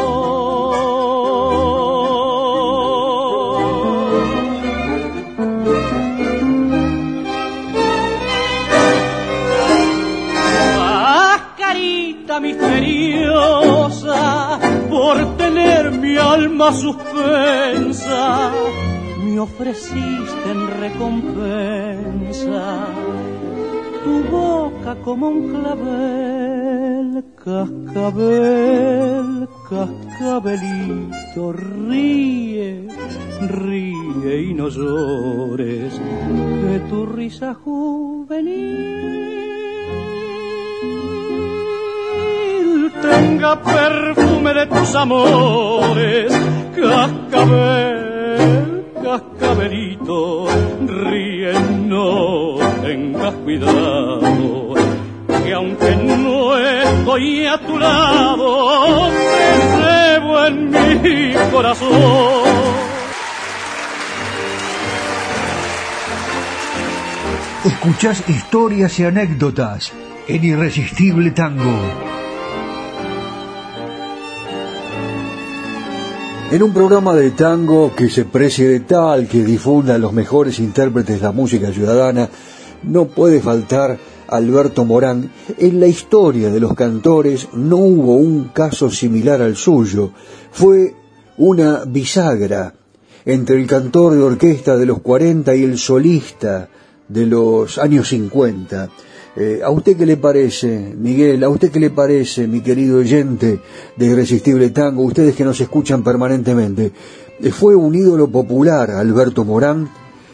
Speaker 4: Mascarita misteriosa, por tener mi alma suspensa, me ofreciste en recompensa tu boca como un clavel. Cascabel, cascabelito, ríe, ríe y no llores, que tu risa juvenil tenga perfume de tus amores. Cascabel, cascabelito, ríe, no tengas cuidado, que aunque no estoy a tu lado, te llevo en mi corazón.
Speaker 1: Escuchás historias y anécdotas en Irresistible Tango.
Speaker 2: En un programa de tango que se precie de tal, que difunda a los mejores intérpretes de la música ciudadana, no puede faltar Alberto Morán. En la historia de los cantores no hubo un caso similar al suyo. Fue una bisagra entre el cantor de orquesta de los cuarenta y el solista de los años cincuenta. Eh, ¿A usted qué le parece, Miguel? ¿A usted qué le parece, mi querido oyente de Irresistible Tango? Ustedes que nos escuchan permanentemente. Eh, fue un ídolo popular, Alberto Morán,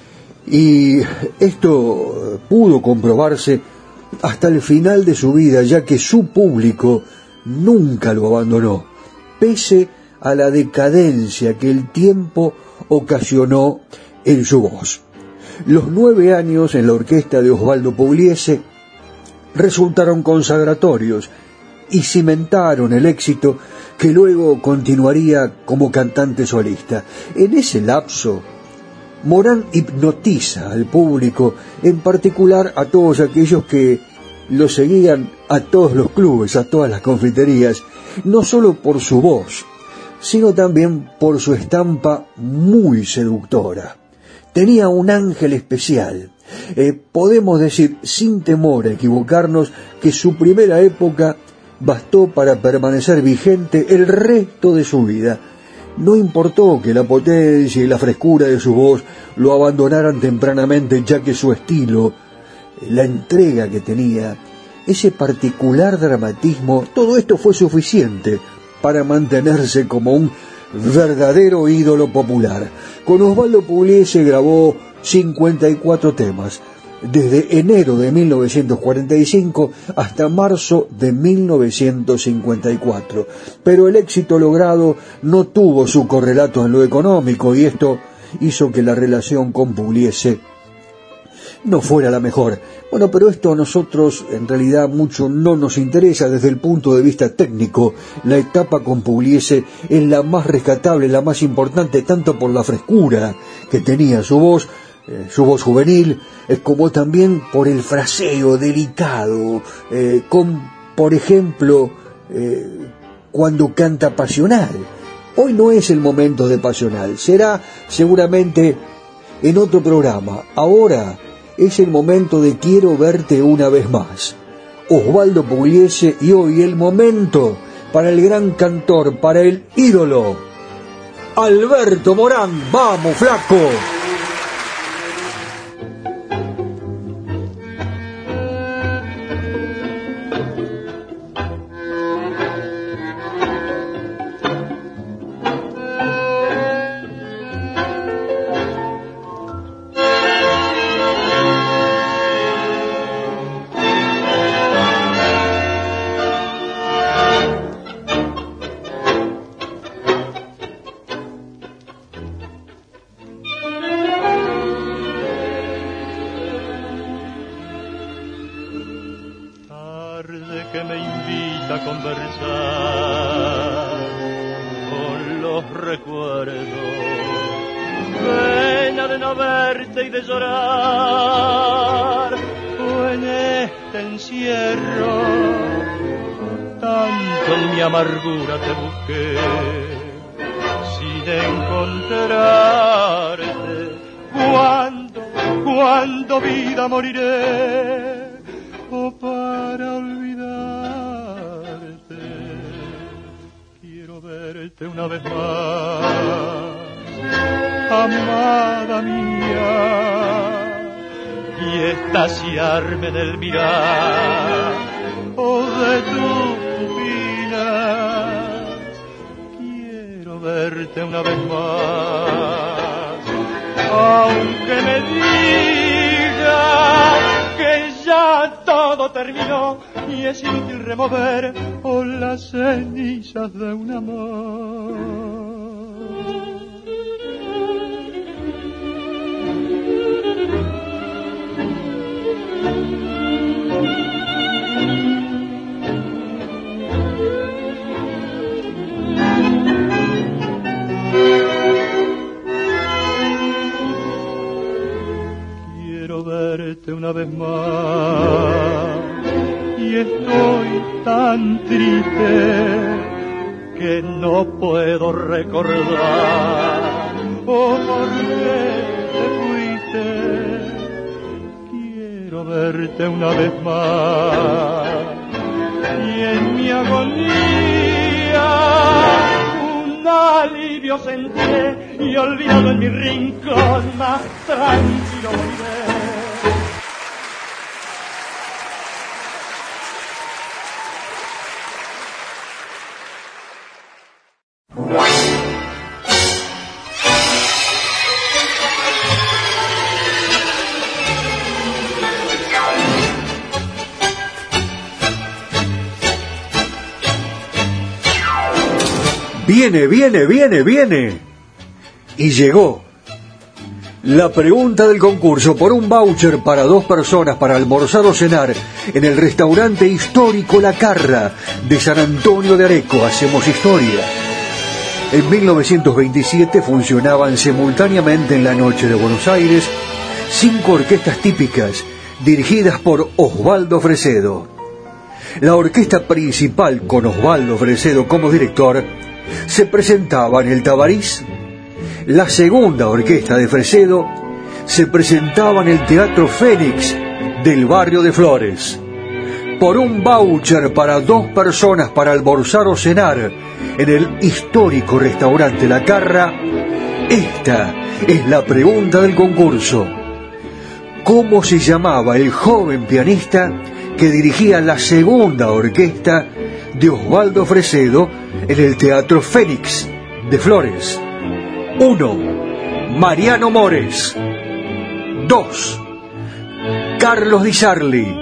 Speaker 2: y esto pudo comprobarse hasta el final de su vida, ya que su público nunca lo abandonó, pese a la decadencia que el tiempo ocasionó en su voz. Los nueve años en la orquesta de Osvaldo Pugliese resultaron consagratorios y cimentaron el éxito que luego continuaría como cantante solista. En ese lapso, Morán hipnotiza al público, en particular a todos aquellos que lo seguían a todos los clubes, a todas las confiterías, no solo por su voz, sino también por su estampa muy seductora. Tenía un ángel especial. Eh, podemos decir, sin temor a equivocarnos, que su primera época bastó para permanecer vigente el resto de su vida. No importó que la potencia y la frescura de su voz lo abandonaran tempranamente, ya que su estilo, la entrega que tenía, ese particular dramatismo, todo esto fue suficiente para mantenerse como un verdadero ídolo popular. Con Osvaldo Pugliese grabó cincuenta y cuatro temas, desde enero de mil novecientos cuarenta y cinco hasta marzo de mil novecientos cincuenta y cuatro. Pero el éxito logrado no tuvo su correlato en lo económico, y esto hizo que la relación con Pugliese no fuera la mejor. Bueno, pero esto a nosotros en realidad mucho no nos interesa desde el punto de vista técnico. La etapa con Pugliese es la más rescatable, la más importante, tanto por la frescura que tenía su voz, eh, su voz juvenil, eh, como también por el fraseo delicado, eh, con, por ejemplo, eh, cuando canta Pasional. Hoy no es el momento de Pasional, será seguramente en otro programa. Ahora es el momento de Quiero verte una vez más. Osvaldo Pugliese, y hoy el momento para el gran cantor, para el ídolo, Alberto Morán. ¡Vamos, flaco!
Speaker 4: Amargura te busqué sin encontrarte. Cuando, cuando vida moriré, o para olvidarte. Quiero verte una vez más, amada mía, y estaciarme del mirar o de tu quiero verte una vez más, aunque me digas que ya todo terminó y es inútil remover por las cenizas de un amor. una vez más. Y estoy tan triste que no puedo recordar oh, por qué te fuiste. Quiero verte una vez más y en mi agonía un alivio sentiré y olvidado en mi rincón más tranquilo moriré.
Speaker 2: Viene, viene, viene, viene. Y llegó. La pregunta del concurso por un voucher para dos personas para almorzar o cenar en el restaurante histórico La Carra de San Antonio de Areco. Hacemos historia. En mil novecientos veintisiete funcionaban simultáneamente en la noche de Buenos Aires cinco orquestas típicas dirigidas por Osvaldo Fresedo. La orquesta principal, con Osvaldo Fresedo como director, se presentaba en el Tabarís. La segunda orquesta de Fresedo se presentaba en el Teatro Fénix del barrio de Flores. Por un voucher para dos personas para almorzar o cenar en el histórico restaurante La Carra, esta es la pregunta del concurso. ¿Cómo se llamaba el joven pianista que dirigía la segunda orquesta de Osvaldo Fresedo en el Teatro Fénix de Flores? uno. Mariano Mores. dos. Carlos Di Sarli.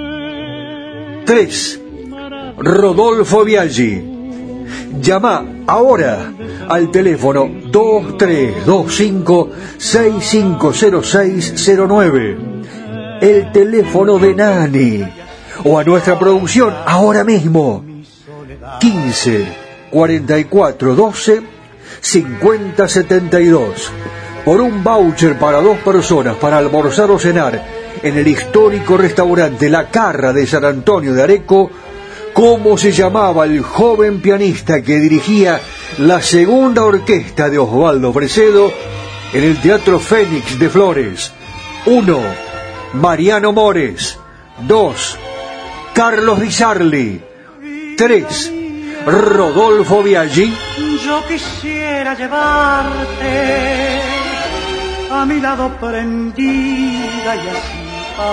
Speaker 2: tres. Rodolfo Biaggi. Llama ahora al teléfono dos tres dos cinco seis cinco cero seis cero nueve, el teléfono de Nani, o a nuestra producción ahora mismo, quince cuarenta y cuatro doce cincuenta setenta y dos, por un voucher para dos personas para almorzar o cenar en el histórico restaurante La Carra de San Antonio de Areco. ¿Cómo se llamaba el joven pianista que dirigía la segunda orquesta de Osvaldo Fresedo en el Teatro Fénix de Flores? uno. Mariano Mores. dos. Carlos Di Sarli. tres. Rodolfo Biaggi.
Speaker 4: Yo quisiera llevarte a mi lado prendida y así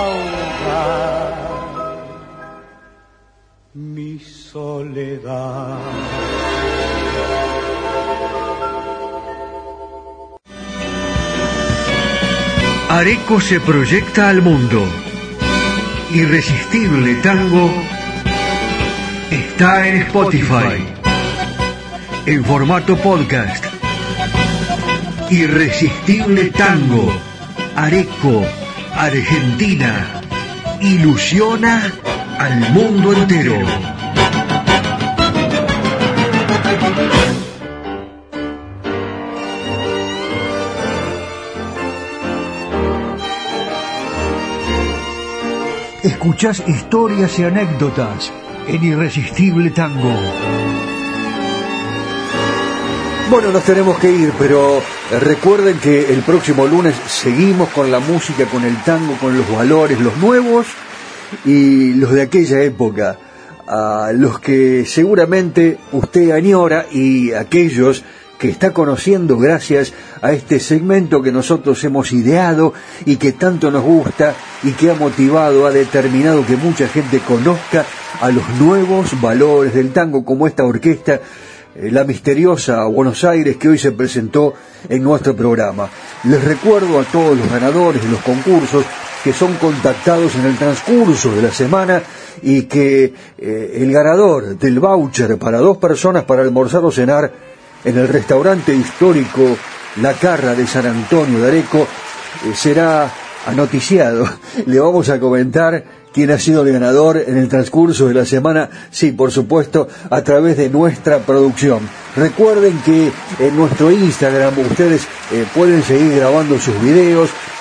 Speaker 4: ahogar mi soledad.
Speaker 1: Areco se proyecta al mundo. Irresistible Tango está en Spotify en formato podcast. Irresistible Tango, Areco, Argentina, ilusiona al mundo entero. Escuchás historias y anécdotas en Irresistible Tango.
Speaker 2: Bueno, nos tenemos que ir, pero recuerden que el próximo lunes seguimos con la música, con el tango, con los valores, los nuevos y los de aquella época, a los que seguramente usted añora y aquellos que está conociendo gracias a este segmento que nosotros hemos ideado y que tanto nos gusta y que ha motivado, ha determinado que mucha gente conozca a los nuevos valores del tango, como esta orquesta, eh, la misteriosa Buenos Aires, que hoy se presentó en nuestro programa. Les recuerdo a todos los ganadores de los concursos que son contactados en el transcurso de la semana y que eh, el ganador del voucher para dos personas para almorzar o cenar en el restaurante histórico La Carra de San Antonio de Areco eh, será anoticiado. Le vamos a comentar quién ha sido el ganador en el transcurso de la semana, sí, por supuesto, a través de nuestra producción. Recuerden que en nuestro Instagram ustedes eh, pueden seguir grabando sus videos,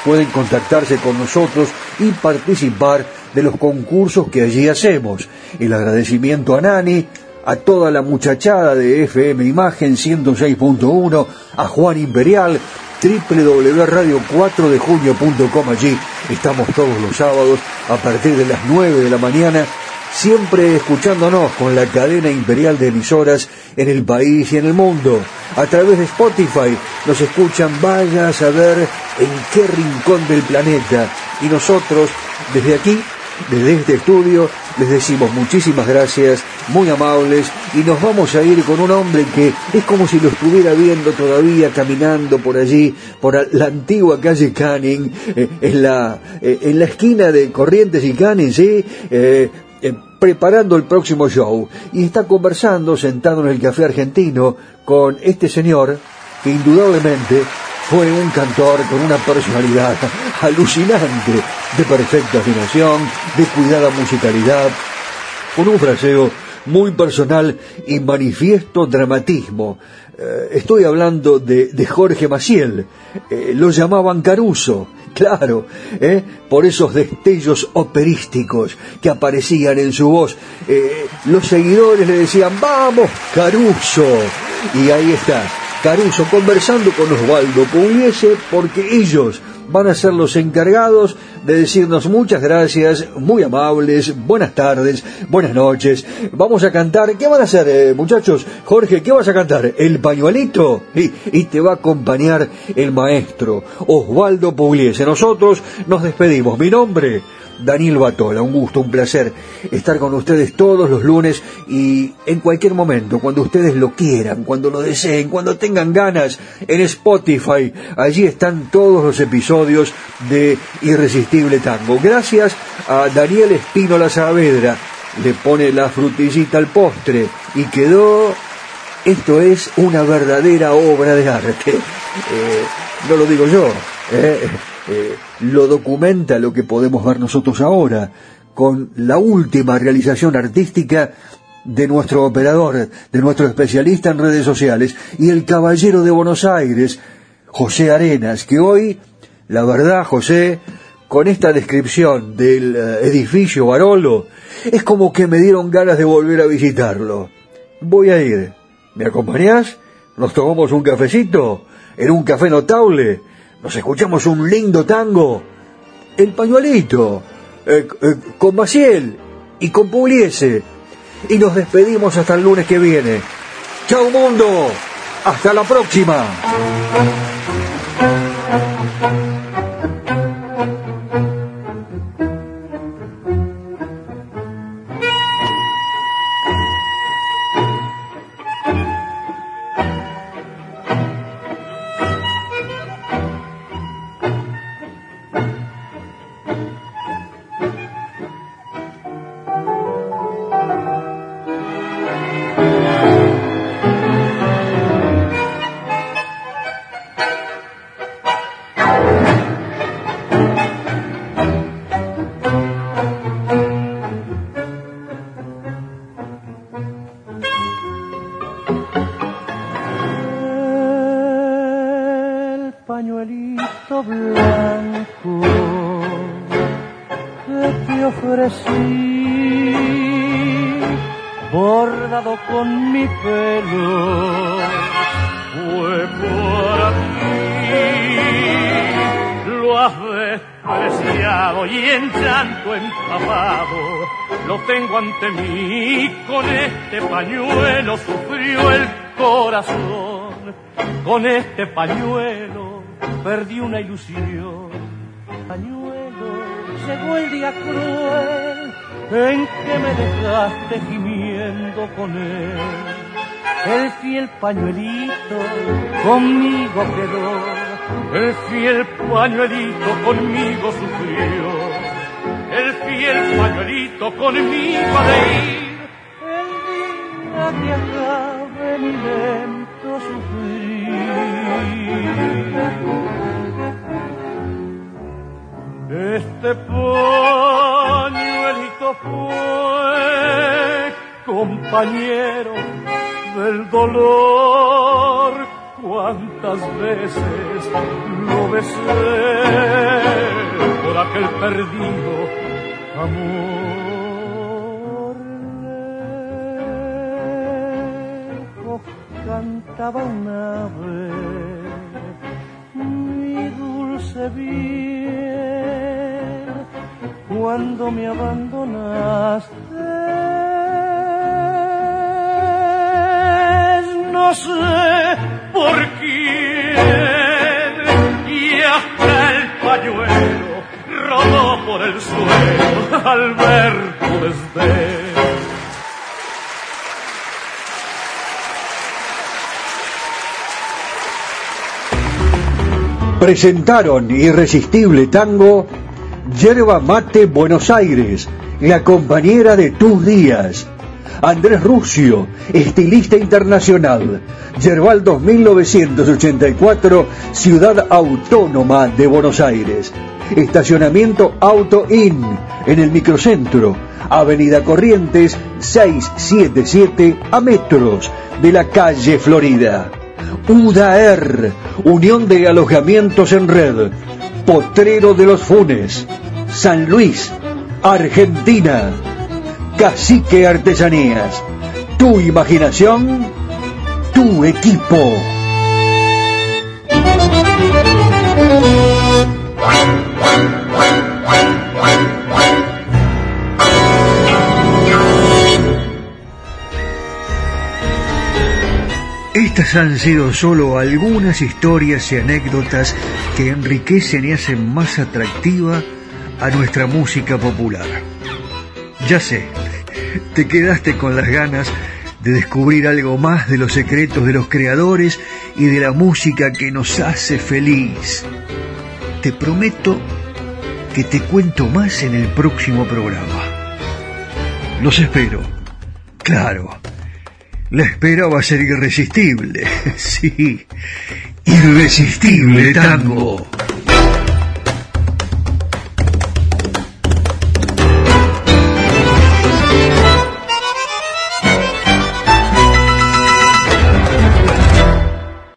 Speaker 2: pueden contactarse con nosotros y participar de los concursos que allí hacemos. El agradecimiento a Nani, a toda la muchachada de F M Imagen ciento seis punto uno, a Juan Imperial, doble u doble u doble u punto radio cuatro de junio punto com. Allí estamos todos los sábados a partir de las nueve de la mañana, siempre escuchándonos con la cadena imperial de emisoras en el país y en el mundo. A través de Spotify nos escuchan, vaya a saber en qué rincón del planeta. Y nosotros, desde aquí, desde este estudio, les decimos muchísimas gracias, muy amables, y nos vamos a ir con un hombre que es como si lo estuviera viendo todavía caminando por allí, por la antigua calle Canning, eh, en la eh, en la esquina de Corrientes y Canning, ¿sí? Eh, eh, preparando el próximo show, y está conversando sentado en el Café Argentino con este señor que indudablemente fue un cantor con una personalidad alucinante, de perfecta afinación, de cuidada musicalidad, con un fraseo muy personal y manifiesto dramatismo. Eh, estoy hablando de, de Jorge Maciel. Eh, lo llamaban Caruso, claro, eh, por esos destellos operísticos que aparecían en su voz. Eh, los seguidores le decían, ¡vamos, Caruso! Y ahí está, Caruso conversando con Osvaldo Pugliese, porque ellos van a ser los encargados de decirnos muchas gracias, muy amables, buenas tardes, buenas noches. Vamos a cantar. ¿Qué van a hacer, eh, muchachos? Jorge, ¿qué vas a cantar? ¿El pañuelito? Y, y te va a acompañar el maestro Osvaldo Pugliese. Nosotros nos despedimos. Mi nombre, Daniel Batola. Un gusto, un placer estar con ustedes todos los lunes y en cualquier momento, cuando ustedes lo quieran, cuando lo deseen, cuando tengan ganas, en Spotify. Allí están todos los episodios de Irresistible Tango. Gracias a Daniel Espínola Saavedra. Le pone la frutillita al postre y quedó... Esto es una verdadera obra de arte. Eh, no lo digo yo, eh, eh, lo documenta lo que podemos ver nosotros ahora, con la última realización artística de nuestro operador, de nuestro especialista en redes sociales, y el caballero de Buenos Aires, José Arenas, que hoy, la verdad, José, con esta descripción del uh, edificio Barolo, es como que me dieron ganas de volver a visitarlo. Voy a ir. ¿Me acompañás? ¿Nos tomamos un cafecito? ¿En un café notable? ¿Nos escuchamos un lindo tango? El pañuelito, eh, eh, con Maciel y con Pugliese. Y nos despedimos hasta el lunes que viene. ¡Chao, mundo! ¡Hasta la próxima!
Speaker 4: Ante mí, con este pañuelo sufrió el corazón, con este pañuelo perdí una ilusión. Pañuelo, llegó el día cruel en que me dejaste gimiendo con él. El fiel pañuelito conmigo quedó, el fiel pañuelito conmigo sufrió. El fiel pañuelito conmigo ha de ir el día que acabe mi lento sufrir. Este pañuelito fue compañero del dolor cuántas veces lo besé por aquel perdido amor. Lejos cantaba un ave, mi dulce bien, cuando me abandonaste. No sé por quién, y hasta el pañuelo rodó por el suelo al ver tu desdén.
Speaker 2: Presentaron Irresistible Tango, Yerba Mate Buenos Aires, la compañera de tus días. Andrés Ruscio, estilista internacional, Yerbaldos mil novecientos ochenta y cuatro, Ciudad Autónoma de Buenos Aires. Estacionamiento Auto Inn, en el microcentro, Avenida Corrientes seiscientos setenta y siete, a metros de la calle Florida. UDAER, Unión de Alojamientos en Red, Potrero de los Funes, San Luis, Argentina. Cacique Artesanías, tu imaginación, tu equipo.
Speaker 1: Estas han sido solo algunas historias y anécdotas que enriquecen y hacen más atractiva a nuestra música popular. Ya sé, te quedaste con las ganas de descubrir algo más de los secretos de los creadores y de la música que nos hace feliz. Te prometo que te cuento más en el próximo programa. Los espero. Claro, la espera va a ser irresistible. Sí, Irresistible Tango.